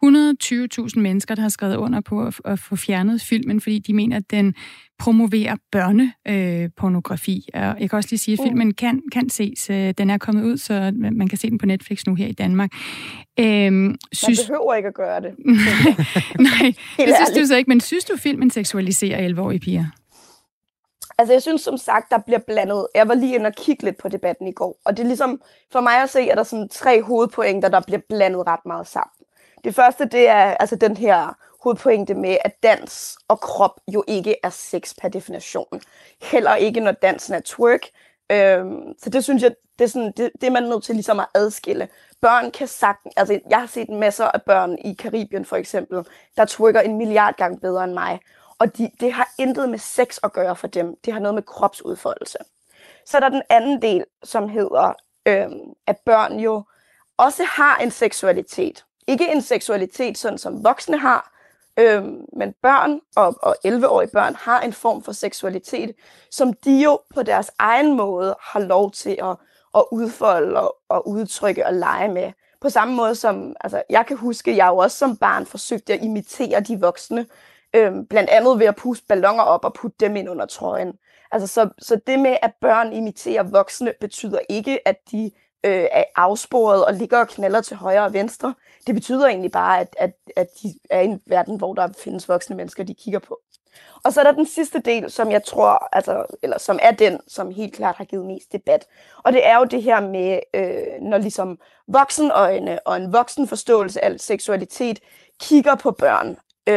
120.000 mennesker, der har skrevet under på at få fjernet filmen, fordi de mener, at den promoverer børnepornografi. Og jeg kan også lige sige, at filmen kan ses. Den er kommet ud, så man kan se den på Netflix nu her i Danmark. Man behøver ikke at gøre det. Nej, det synes du så ikke. Men synes du, filmen seksualiserer 11-årige piger? Altså, jeg synes som sagt, der bliver blandet. Jeg var lige inde og kigge lidt på debatten i går, og det er ligesom, for mig at se, at der er sådan 3 hovedpointer, der bliver blandet ret meget sammen. Det første, det er altså den her hovedpointe med, at dans og krop jo ikke er sex per definition. Heller ikke, når dansen er twerk. Så det synes jeg, det er, sådan, det man er nødt til ligesom at adskille. Børn kan sagtens, altså jeg har set masser af børn i Karibien for eksempel, der twerker 1 milliard gange bedre end mig. Og det har intet med sex at gøre for dem. Det har noget med kropsudfoldelse. Så er der den anden del, som hedder, at børn jo også har en seksualitet. Ikke en seksualitet, sådan som voksne har, men børn og 11-årige børn har en form for seksualitet, som de jo på deres egen måde har lov til at udfolde og udtrykke og lege med. På samme måde som, altså jeg kan huske, at jeg jo også som barn forsøgte at imitere de voksne, blandt andet ved at puste balloner op og putte dem ind under trøjen. Altså, så det med, at børn imiterer voksne, betyder ikke, at de er afsporet og ligger og knalder til højre og venstre. Det betyder egentlig bare, at de er i en verden, hvor der findes voksne mennesker, de kigger på. Og så er der den sidste del, som jeg tror, eller som er den, som helt klart har givet mest debat. Og det er jo det her med, når ligesom voksenøjne og en voksenforståelse af seksualitet kigger på børn.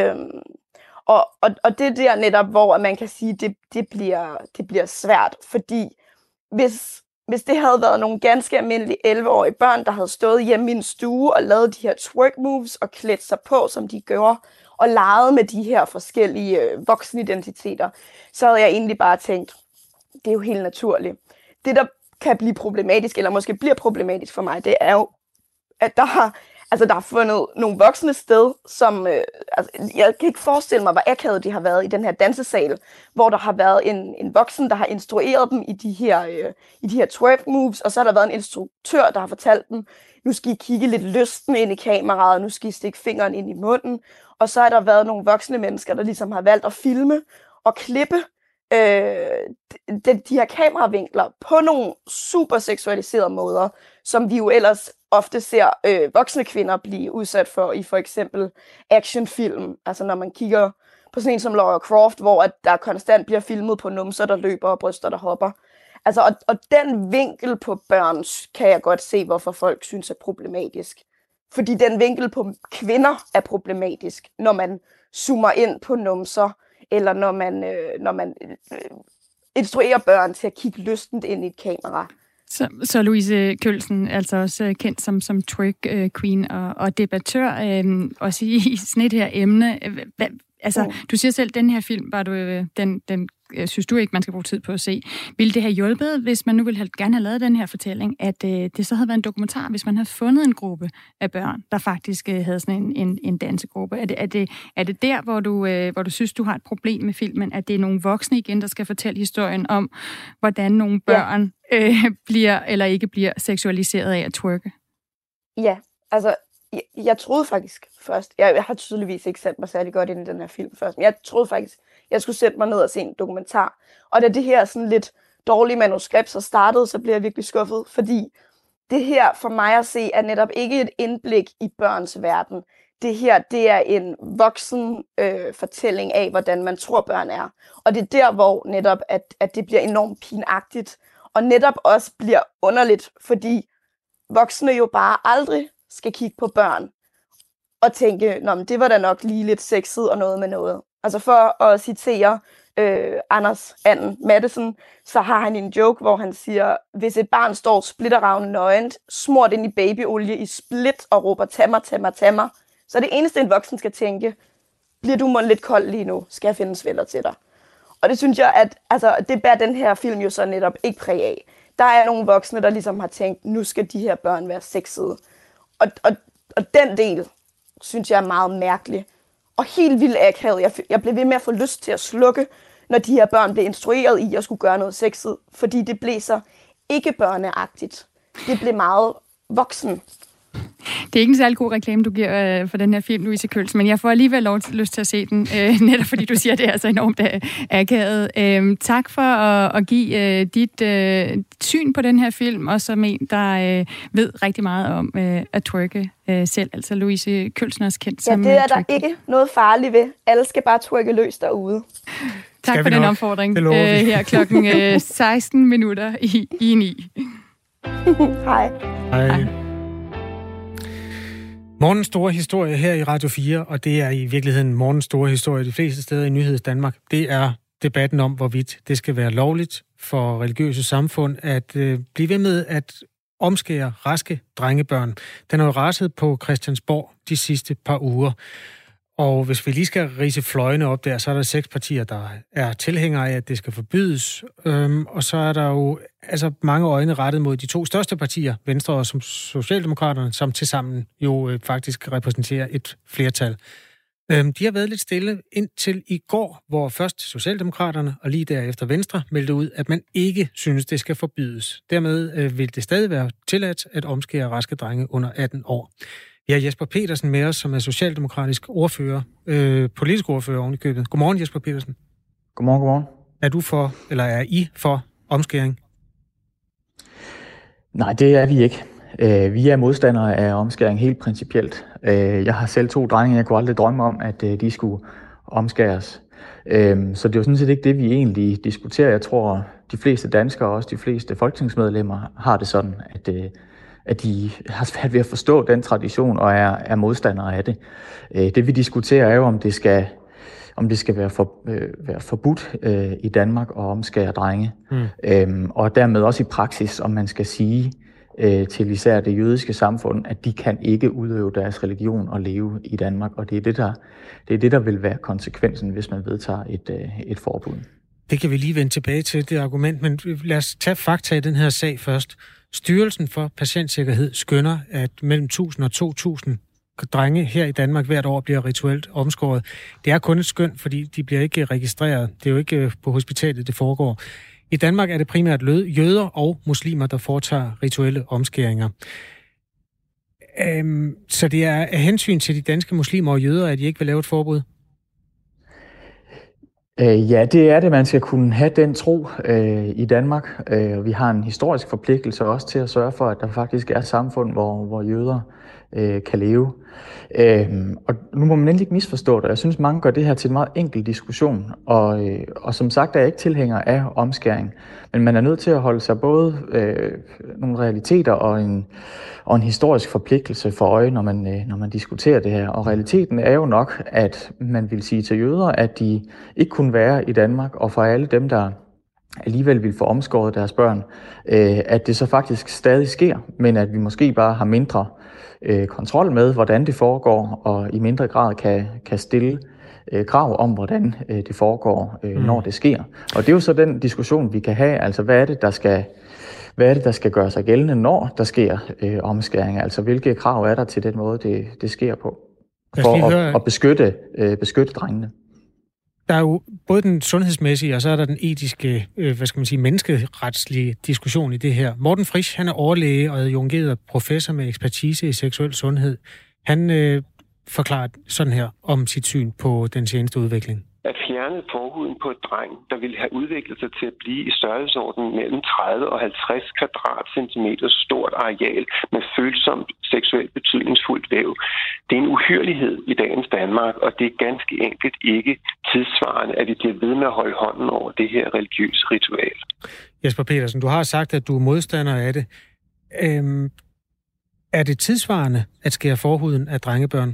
Og det er der netop, hvor man kan sige, det bliver svært, fordi hvis det havde været nogle ganske almindelige 11-årige børn, der havde stået hjemme i en stue og lavet de her twerk moves og klædt sig på, som de gjorde, og leget med de her forskellige voksenidentiteter, så havde jeg egentlig bare tænkt, det er jo helt naturligt. Det, der kan blive problematisk, eller måske bliver problematisk for mig, det er jo, at der har fundet nogle voksne sted, som... jeg kan ikke forestille mig, hvor akavet de har været i den her dansesal, hvor der har været en voksen, der har instrueret dem i de her twerk moves, og så har der været en instruktør, der har fortalt dem, nu skal I kigge lidt lysten ind i kameraet, nu skal I stikke fingeren ind i munden, og så har der været nogle voksne mennesker, der ligesom har valgt at filme og klippe de her kameravinkler på nogle super seksualiserede måder, som vi jo ellers ofte ser voksne kvinder blive udsat for i for eksempel actionfilm. Altså når man kigger på sådan en som Lara Croft, hvor at der konstant bliver filmet på numser, der løber og bryster, der hopper. Altså, og den vinkel på børn kan jeg godt se, hvorfor folk synes er problematisk. Fordi den vinkel på kvinder er problematisk, når man zoomer ind på numser, eller når man instruerer børn til at kigge lystent ind i et kamera. Så Louise Kjølsen, altså også kendt som twerk queen og debattør, også i sådan et her emne. Du siger selv, at den her film, var den synes du ikke, man skal bruge tid på at se. Ville det have hjulpet, hvis man nu ville gerne have lavet den her fortælling, at det så havde været en dokumentar, hvis man havde fundet en gruppe af børn, der faktisk havde sådan en dansegruppe? Er det der, hvor du synes, du har et problem med filmen, at det er nogle voksne igen, der skal fortælle historien om, hvordan nogle børn bliver eller ikke bliver seksualiseret af at twerke? Ja, altså jeg troede faktisk først, jeg har tydeligvis ikke sat mig særlig godt ind i den her film først, men jeg troede faktisk, jeg skulle sætte mig ned og se en dokumentar. Og da det her sådan lidt dårlige manuskript så startede, så blev jeg virkelig skuffet, fordi det her for mig at se er netop ikke et indblik i børns verden. Det her, det er en voksen fortælling af, hvordan man tror børn er. Og det er der, hvor netop, at det bliver enormt pinagtigt, og netop også bliver underligt, fordi voksne jo bare aldrig skal kigge på børn og tænke, nå, men det var da nok lige lidt sexet og noget med noget. Altså for at citere Anders Anden Mattesen, så har han en joke, hvor han siger, hvis et barn står splitterravne nøgent, smurt ind i babyolie i split og råber, tag mig, tag mig, tag mig, så det eneste en voksen skal tænke, bliver du lidt kold lige nu, skal jeg finde svælder til dig. Og det synes jeg, at det bærer den her film jo så netop ikke præg af. Der er nogle voksne, der ligesom har tænkt, nu skal de her børn være sexede. Og den del, synes jeg er meget mærkelig. Og helt vildt akavet. Jeg blev ved med at få lyst til at slukke, når de her børn blev instrueret i at skulle gøre noget sexet. Fordi det blev så ikke børneagtigt. Det blev meget voksen. Det er ikke en særlig god reklame, du giver for den her film, Louise Kølsen, men jeg får alligevel lyst til at se den, netop fordi du siger, at det er så enormt akavet. Tak for at give dit syn på den her film, og som en, der ved rigtig meget om at twerke selv, altså Louise Kølsen også kendt som det er der ikke noget farligt ved. Alle skal bare twerke løs derude. Tak for den opfordring. Her klokken 16 minutter i 9. Hej. Hej. Morgens store historie her i Radio 4, og det er i virkeligheden morgens store historie de fleste steder i Nyheds Danmark. Det er debatten om, hvorvidt det skal være lovligt for religiøse samfund at blive ved med at omskære raske drengebørn. Den har jo raset på Christiansborg de sidste par uger. Og hvis vi lige skal ridse fløjene op der, så er der 6 partier, der er tilhængere af, at det skal forbydes. Og så er der jo mange øjne rettet mod de 2 største partier, Venstre og Socialdemokraterne, som tilsammen jo faktisk repræsenterer et flertal. De har været lidt stille indtil i går, hvor først Socialdemokraterne og lige derefter Venstre meldte ud, at man ikke synes, det skal forbydes. Dermed vil det stadig være tilladt at omskære raske drenge under 18 år. Vi har Jesper Petersen med os, som er socialdemokratisk ordfører, politisk ordfører oven i købet. Godmorgen, Jesper Petersen. Godmorgen. Er du for, eller er I for omskæring? Nej, det er vi ikke. Vi er modstandere af omskæring helt principielt. Jeg har selv 2 drenge, jeg kunne aldrig drømme om, at de skulle omskæres. Så det er jo sådan set ikke det, vi egentlig diskuterer. Jeg tror, de fleste danskere og også de fleste folketingsmedlemmer har det sådan, at de har svært ved at forstå den tradition og er modstandere af det. Det vi diskuterer er jo, om det skal være forbudt i Danmark at omskære drenge. Og dermed også i praksis, om man skal sige til især det jødiske samfund, at de kan ikke udøve deres religion og leve i Danmark. Og det er det, der vil være konsekvensen, hvis man vedtager et forbud. Det kan vi lige vende tilbage til, det argument, men lad os tage fakta i den her sag først. Styrelsen for Patientsikkerhed skønner, at mellem 1000 og 2000 drenge her i Danmark hvert år bliver rituelt omskåret. Det er kun et skøn, fordi de bliver ikke registreret. Det er jo ikke på hospitalet, det foregår. I Danmark er det primært jøder og muslimer, der foretager rituelle omskæringer. Så det er af hensyn til de danske muslimer og jøder, at de ikke vil lave et forbud? Ja, det er det. Man skal kunne have den tro i Danmark. Vi har en historisk forpligtelse også til at sørge for, at der faktisk er et samfund, hvor jøder kan leve. Og nu må man endelig ikke misforstå det. Jeg synes, mange gør det her til en meget enkel diskussion. Og som sagt er jeg ikke tilhænger af omskæring. Men man er nødt til at holde sig både nogle realiteter og en historisk forpligtelse for øje, når man diskuterer det her. Og realiteten er jo nok, at man vil sige til jøder, at de ikke kunne være i Danmark, og for alle dem, der alligevel vil få omskåret deres børn, at det så faktisk stadig sker, men at vi måske bare har mindre kontrol med, hvordan det foregår, og i mindre grad kan stille krav om, hvordan det foregår, når det sker. Og det er jo så den diskussion, vi kan have, altså hvad er det, der skal gøre sig gældende, når der sker omskæring, altså hvilke krav er der til den måde, det sker på, for at beskytte drengene. Der er jo både den sundhedsmæssige, og så er der den etiske, menneskeretslige diskussion i det her. Morten Frisch, han er overlæge og adjungeret professor med ekspertise i seksuel sundhed. Han forklarer sådan her om sit syn på den seneste udvikling. At fjerne forhuden på et dreng, der ville have udviklet sig til at blive i størrelsesorden mellem 30 og 50 kvadratcentimeter stort areal med følsomt seksuelt betydningsfuldt væv. Det er en uhyrlighed i dagens Danmark, og det er ganske enkelt ikke tidsvarende, at vi bliver ved med at holde hånden over det her religiøse ritual. Jesper Petersen, du har sagt, at du er modstander af det. Er det tidsvarende at skære forhuden af drengebørn?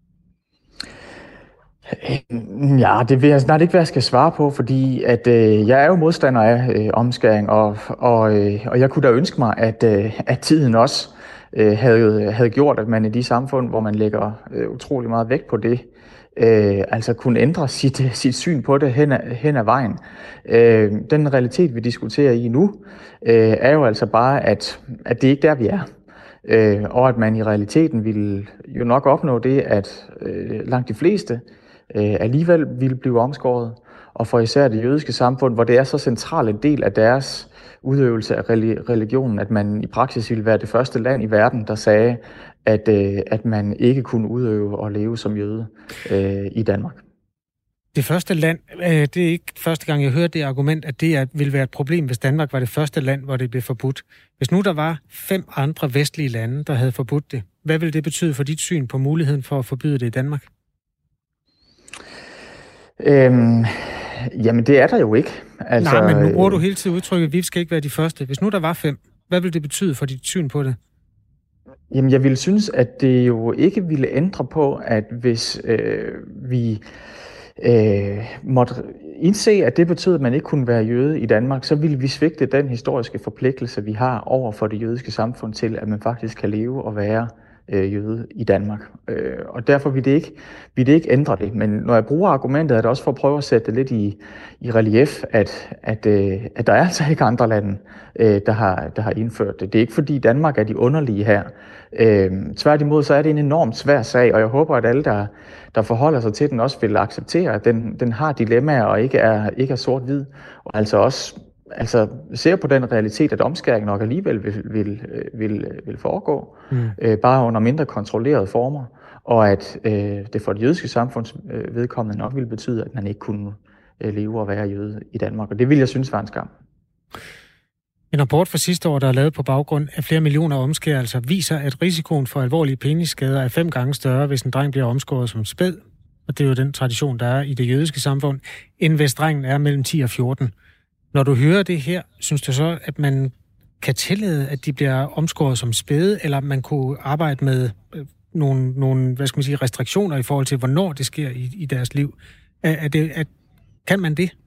Ja, det vil jeg snart ikke, hvad jeg skal svare på, fordi at jeg er jo modstander af omskæring, og jeg kunne da ønske mig, at tiden også havde gjort, at man i de samfund, hvor man lægger utrolig meget vægt på det, altså kunne ændre sit syn på det hen ad vejen. Den realitet, vi diskuterer i nu, er jo altså bare, at det ikke er der, vi er. Og at man i realiteten ville jo nok opnå det, at langt de fleste alligevel ville blive omskåret, og for især det jødiske samfund, hvor det er så central en del af deres udøvelse af religionen, at man i praksis ville være det første land i verden, der sagde, at man ikke kunne udøve og leve som jøde i Danmark. Det første land, det er ikke første gang, jeg hører det argument, at det ville være et problem, hvis Danmark var det første land, hvor det blev forbudt. Hvis nu der var 5 andre vestlige lande, der havde forbudt det, hvad ville det betyde for dit syn på muligheden for at forbyde det i Danmark? Jamen, det er der jo ikke. Altså, nej, men nu bruger du hele tiden udtrykket, at vi skal ikke være de første. Hvis nu der var 5, hvad ville det betyde for dit syn på det? Jamen, jeg ville synes, at det jo ikke ville ændre på, at hvis vi måtte indse, at det betød, at man ikke kunne være jøde i Danmark, så ville vi svigte den historiske forpligtelse, vi har over for det jødiske samfund til, at man faktisk kan leve og være jøde i Danmark. Og derfor vil det ikke ændre det. Men når jeg bruger argumentet, er det også for at prøve at sætte det lidt i relief, at der er altså ikke andre lande, der har indført det. Det er ikke fordi Danmark er de underlige her. Tværtimod så er det en enormt svær sag, og jeg håber, at alle, der forholder sig til den, også vil acceptere, at den har dilemmaer og ikke er sort-hvid, og altså også ser på den realitet, at omskæring nok alligevel vil foregå, bare under mindre kontrollerede former, og at det for det jødiske samfunds vedkommende nok ville betyde, at man ikke kunne leve og være jøde i Danmark, og det vil jeg synes var en skam. En rapport fra sidste år, der er lavet på baggrund af flere millioner omskærelser, viser, at risikoen for alvorlige penisskader er 5 gange større, hvis en dreng bliver omskåret som spæd, og det er jo den tradition, der er i det jødiske samfund, end hvis drengen er mellem 10 og 14. Når du hører det her, synes du så, at man kan tillade, at de bliver omskåret som spæde, eller man kunne arbejde med nogle restriktioner i forhold til, hvornår det sker i deres liv? Kan man det?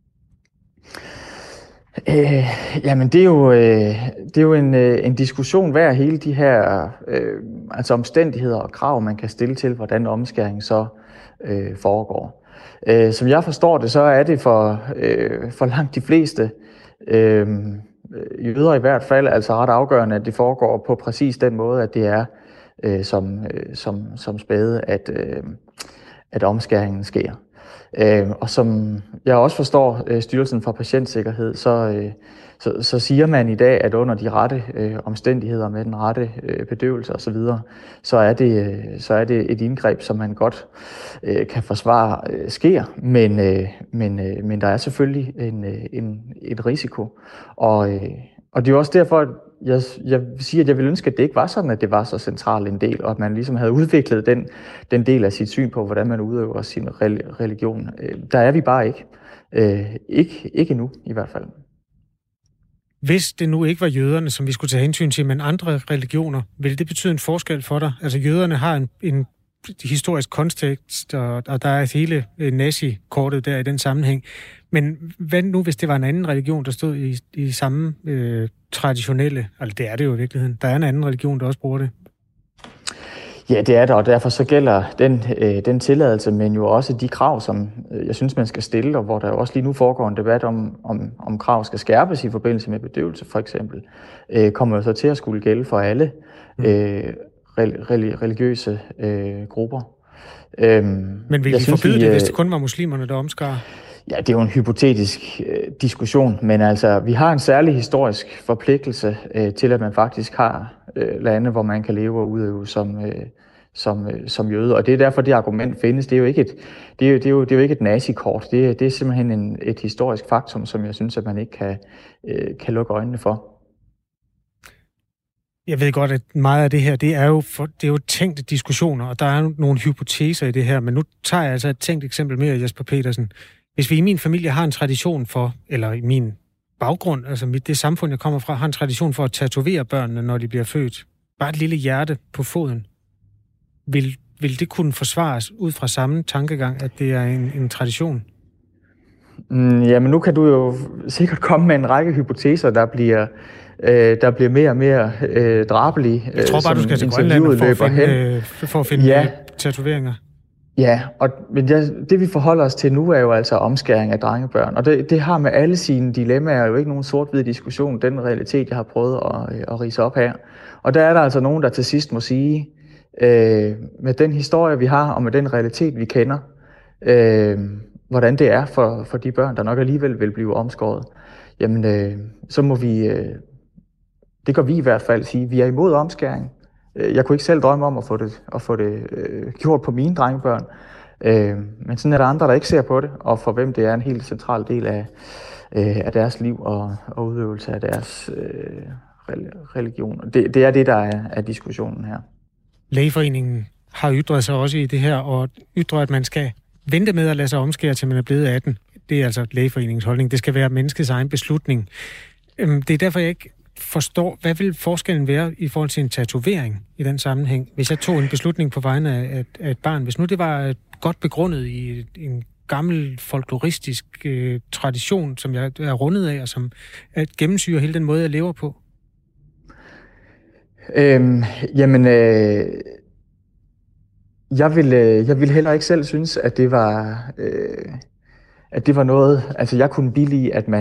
Jamen det er jo en diskussion værd, hele de her omstændigheder og krav, man kan stille til, hvordan omskæring så foregår. Som jeg forstår det, så er det for langt de fleste jøder i hvert fald altså ret afgørende, at det foregår på præcis den måde, at det er som spæde, at omskæringen sker. Og som jeg også forstår Styrelsen for Patientsikkerhed, så siger man i dag, at under de rette omstændigheder med den rette bedøvelse osv., så er det et indgreb, som man godt kan forsvare sker, men der er selvfølgelig en risiko. Og det er jo også derfor, at jeg siger, at jeg vil ønske, at det ikke var sådan, at det var så central en del, og at man ligesom havde udviklet den del af sit syn på, hvordan man udøver sin religion. Der er vi bare ikke. Ikke endnu, i hvert fald. Hvis det nu ikke var jøderne, som vi skulle tage hensyn til, men andre religioner, ville det betyde en forskel for dig? Altså jøderne har en historisk kontekst, og der er hele nazi-kortet der i den sammenhæng. Men hvad nu, hvis det var en anden religion, der stod i samme traditionelle, altså det er det jo i virkeligheden, der er en anden religion, der også bruger det? Ja, det er der, og derfor så gælder den tilladelse, men jo også de krav, som jeg synes, man skal stille, og hvor der jo også lige nu foregår en debat om krav skal skærpes i forbindelse med bedøvelse, for eksempel, kommer jo så til at skulle gælde for alle religiøse grupper. Men vil vi forbyde det, hvis det kun var muslimerne, der omskar? Ja, det er jo en hypotetisk diskussion, men altså, vi har en særlig historisk forpligtelse til, at man faktisk har lande, hvor man kan leve og udøve som jøde, og det er derfor, det argument findes. Det er jo ikke et nazikort. Det er simpelthen et historisk faktum, som jeg synes, at man ikke kan lukke øjnene for. Jeg ved godt, at meget af det her, det er jo tænkte diskussioner, og der er nogle hypoteser i det her, men nu tager jeg altså et tænkt eksempel mere, Jesper Petersen. Hvis vi i min familie har en tradition for, eller i min baggrund, altså det samfund, jeg kommer fra, har en tradition for at tatovere børnene, når de bliver født, bare et lille hjerte på foden, vil det kunne forsvares ud fra samme tankegang, at det er en tradition? Jamen nu kan du jo sikkert komme med en række hypoteser, der bliver mere og mere drabelige. Jeg tror bare, du skal til Grønland for at finde tatoveringer. Ja, men det vi forholder os til nu er jo altså omskæring af drengebørn, og det har med alle sine dilemmaer jo ikke nogen sort-hvid diskussion, den realitet, jeg har prøvet at ridse op her. Og der er der altså nogen, der til sidst må sige, med den historie, vi har, og med den realitet, vi kender, hvordan det er for de børn, der nok alligevel vil blive omskåret, jamen så må vi, det gør vi i hvert fald, sige, vi er imod omskæring. Jeg kunne ikke selv drømme om at få det gjort på mine drengebørn, men sådan er der andre, der ikke ser på det, og for hvem det er en helt central del af deres liv og udøvelse af deres religion. Det er det, der er diskussionen her. Lægeforeningen har ytret sig også i det her, og ytrer, at man skal vente med at lade sig omskære, til man er blevet 18. Det er altså Lægeforeningens holdning. Det skal være menneskets egen beslutning. Det er derfor, jeg ikke forstår, hvad vil forskellen være i forhold til en tatovering i den sammenhæng? Hvis jeg tog en beslutning på vegne af et barn, hvis nu det var godt begrundet i en gammel folkloristisk tradition, som jeg er rundet af, og som gennemsyrer hele den måde, jeg lever på? Jeg vil heller ikke selv synes, at det var noget. Altså, jeg kunne billige, at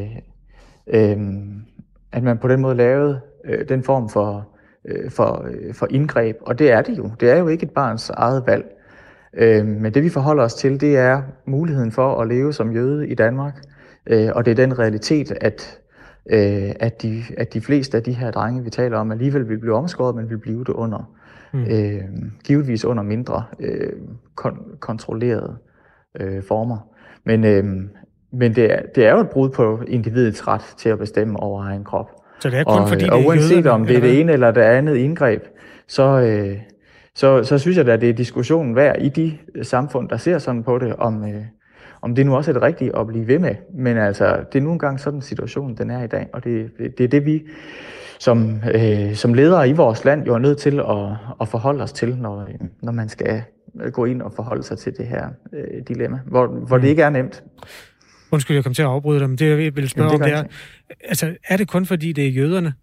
man på den måde lavede den form for indgreb, og det er det jo. Det er jo ikke et barns eget valg. Men det vi forholder os til, det er muligheden for at leve som jøde i Danmark, og det er den realitet, at de fleste af de her drenge, vi taler om, alligevel vil blive omskåret, men vil blive det under givetvis under mindre kontrollerede former. Men det er jo et brud på individets ret til at bestemme over egen krop. Så det er kun fordi det er uanset jøderne, om det er det ene eller det andet indgreb, så synes jeg da, det er diskussionen værd i de samfund, der ser sådan på det, om det nu også er det rigtige at blive ved med. Men altså, det er nu engang sådan situationen, den er i dag, og det er det, vi som ledere i vores land jo er nødt til at forholde os til, når man skal gå ind og forholde sig til det her dilemma, hvor det ikke er nemt. Undskyld, jeg kom til at afbryde dig, men det jeg vil spørge om, det er, altså, er det kun fordi det er jøderne?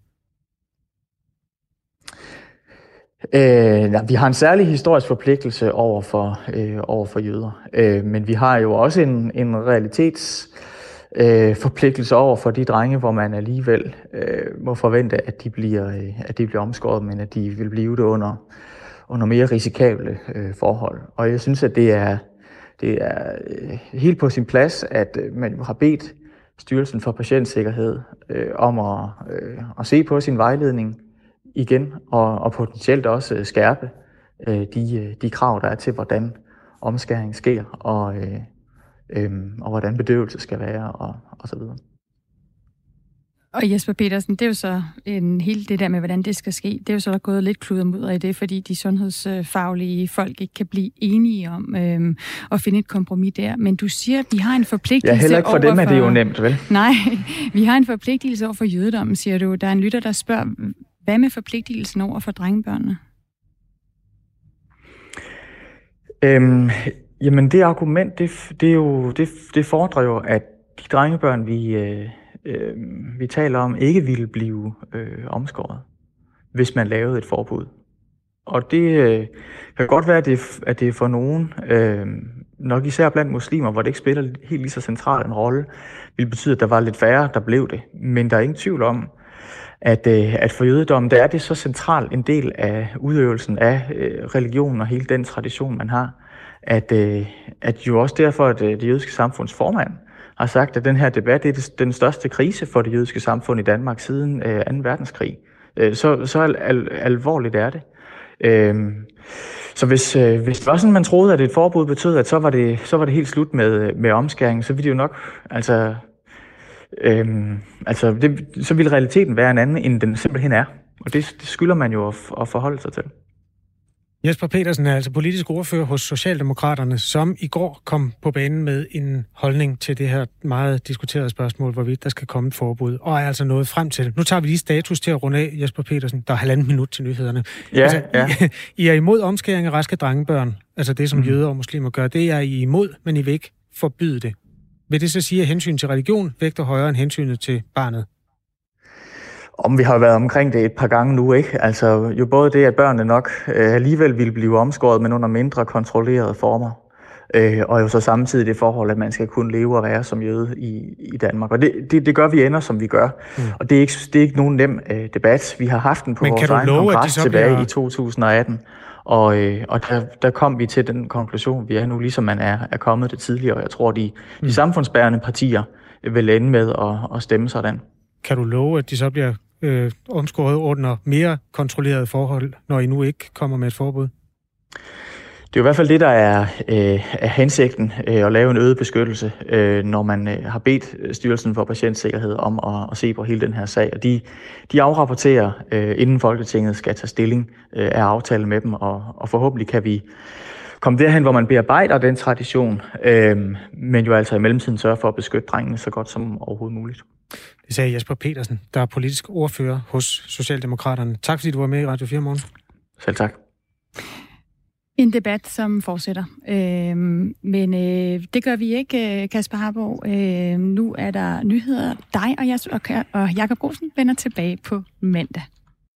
Vi har en særlig historisk forpligtelse over for jøder, men vi har jo også en realitetsforpligtelse over for de drenge, hvor man alligevel må forvente, at de bliver omskåret, men at de vil blive det under mere risikable forhold. Og jeg synes, at det er helt på sin plads, at man har bedt Styrelsen for Patientsikkerhed om at se på sin vejledning igen, og potentielt også skærpe de krav, der er til, hvordan omskæring sker, og hvordan bedøvelse skal være, og så videre. Og Jesper Petersen, det er jo så hele det der med, hvordan det skal ske, det er jo så der gået lidt kludermudder i det, fordi de sundhedsfaglige folk ikke kan blive enige om at finde et kompromis der. Men du siger, at vi har en forpligtelse. Ja, heller ikke for dem er det jo nemt, vel? Nej, vi har en forpligtelse over for jødedommen, siger du. Der er en lytter, der spørger, hvad med forpligtelsen over for drengebørnene? Jamen det argument, det fordrer jo, at de drengebørn, vi taler om, ikke ville blive omskåret, hvis man lavede et forbud. Og det kan godt være, at det er for nogen, nok især blandt muslimer, hvor det ikke spiller helt lige så central en rolle, ville betyde, at der var lidt færre, der blev det. Men der er ingen tvivl om, at for jødedommen, der er det så central en del af udøvelsen af religionen og hele den tradition, man har, at jo også derfor, at det jødiske samfunds formand har sagt, at den her debat er den største krise for det jødiske samfund i Danmark siden 2. verdenskrig. Så alvorligt er det. Så hvis det var sådan, man troede, at et forbud betød, at så var det helt slut med omskæring, så ville det jo nok, så ville realiteten være en anden, end den simpelthen er. Og det skylder man jo at forholde sig til. Jesper Petersen er altså politisk ordfører hos Socialdemokraterne, som i går kom på banen med en holdning til det her meget diskuterede spørgsmål, hvorvidt der skal komme et forbud, og er altså nået frem til. Nu tager vi lige status til at runde af, Jesper Petersen. Der er 1,5 minut til nyhederne. Ja. I er imod omskæring af raske drengebørn, altså det, som jøder og muslimer gør. Det er I imod, men I vil ikke forbyde det. Vil det så sige, at hensyn til religion vægter højere end hensynet til barnet? Vi har været omkring det et par gange nu, ikke? Altså jo både det, at børnene nok alligevel ville blive omskåret, men under mindre kontrollerede former. Og jo så samtidig det forhold, at man skal kunne leve og være som jøde i Danmark. Og det gør vi ender, som vi gør. Og det er ikke nogen nem debat. Vi har haft den på vores egen kongres tilbage i 2018. Og der kom vi til den konklusion, vi er nu, ligesom man er kommet det tidligere. Og jeg tror, de samfundsbærende partier vil ende med at stemme sådan. Kan du love, at de så bliver omskåret under mere kontrollerede forhold, når I nu ikke kommer med et forbud? Det er jo i hvert fald det, der er hensigten, at lave en øget beskyttelse, når man har bedt Styrelsen for Patientsikkerhed om at se på hele den her sag. Og de afrapporterer, inden Folketinget skal tage stilling af aftale med dem, og forhåbentlig kan vi komme derhen, hvor man bearbejder den tradition, men jo altså i mellemtiden sørge for at beskytte drengene så godt som overhovedet muligt. Det sagde Jesper Petersen, der er politisk ordfører hos Socialdemokraterne. Tak fordi du var med i Radio 4 Morgen. Selv tak. En debat, som fortsætter. Men det gør vi ikke, Kasper Harbo. Nu er der nyheder. Dig og Jakob Grosen vender tilbage på mandag.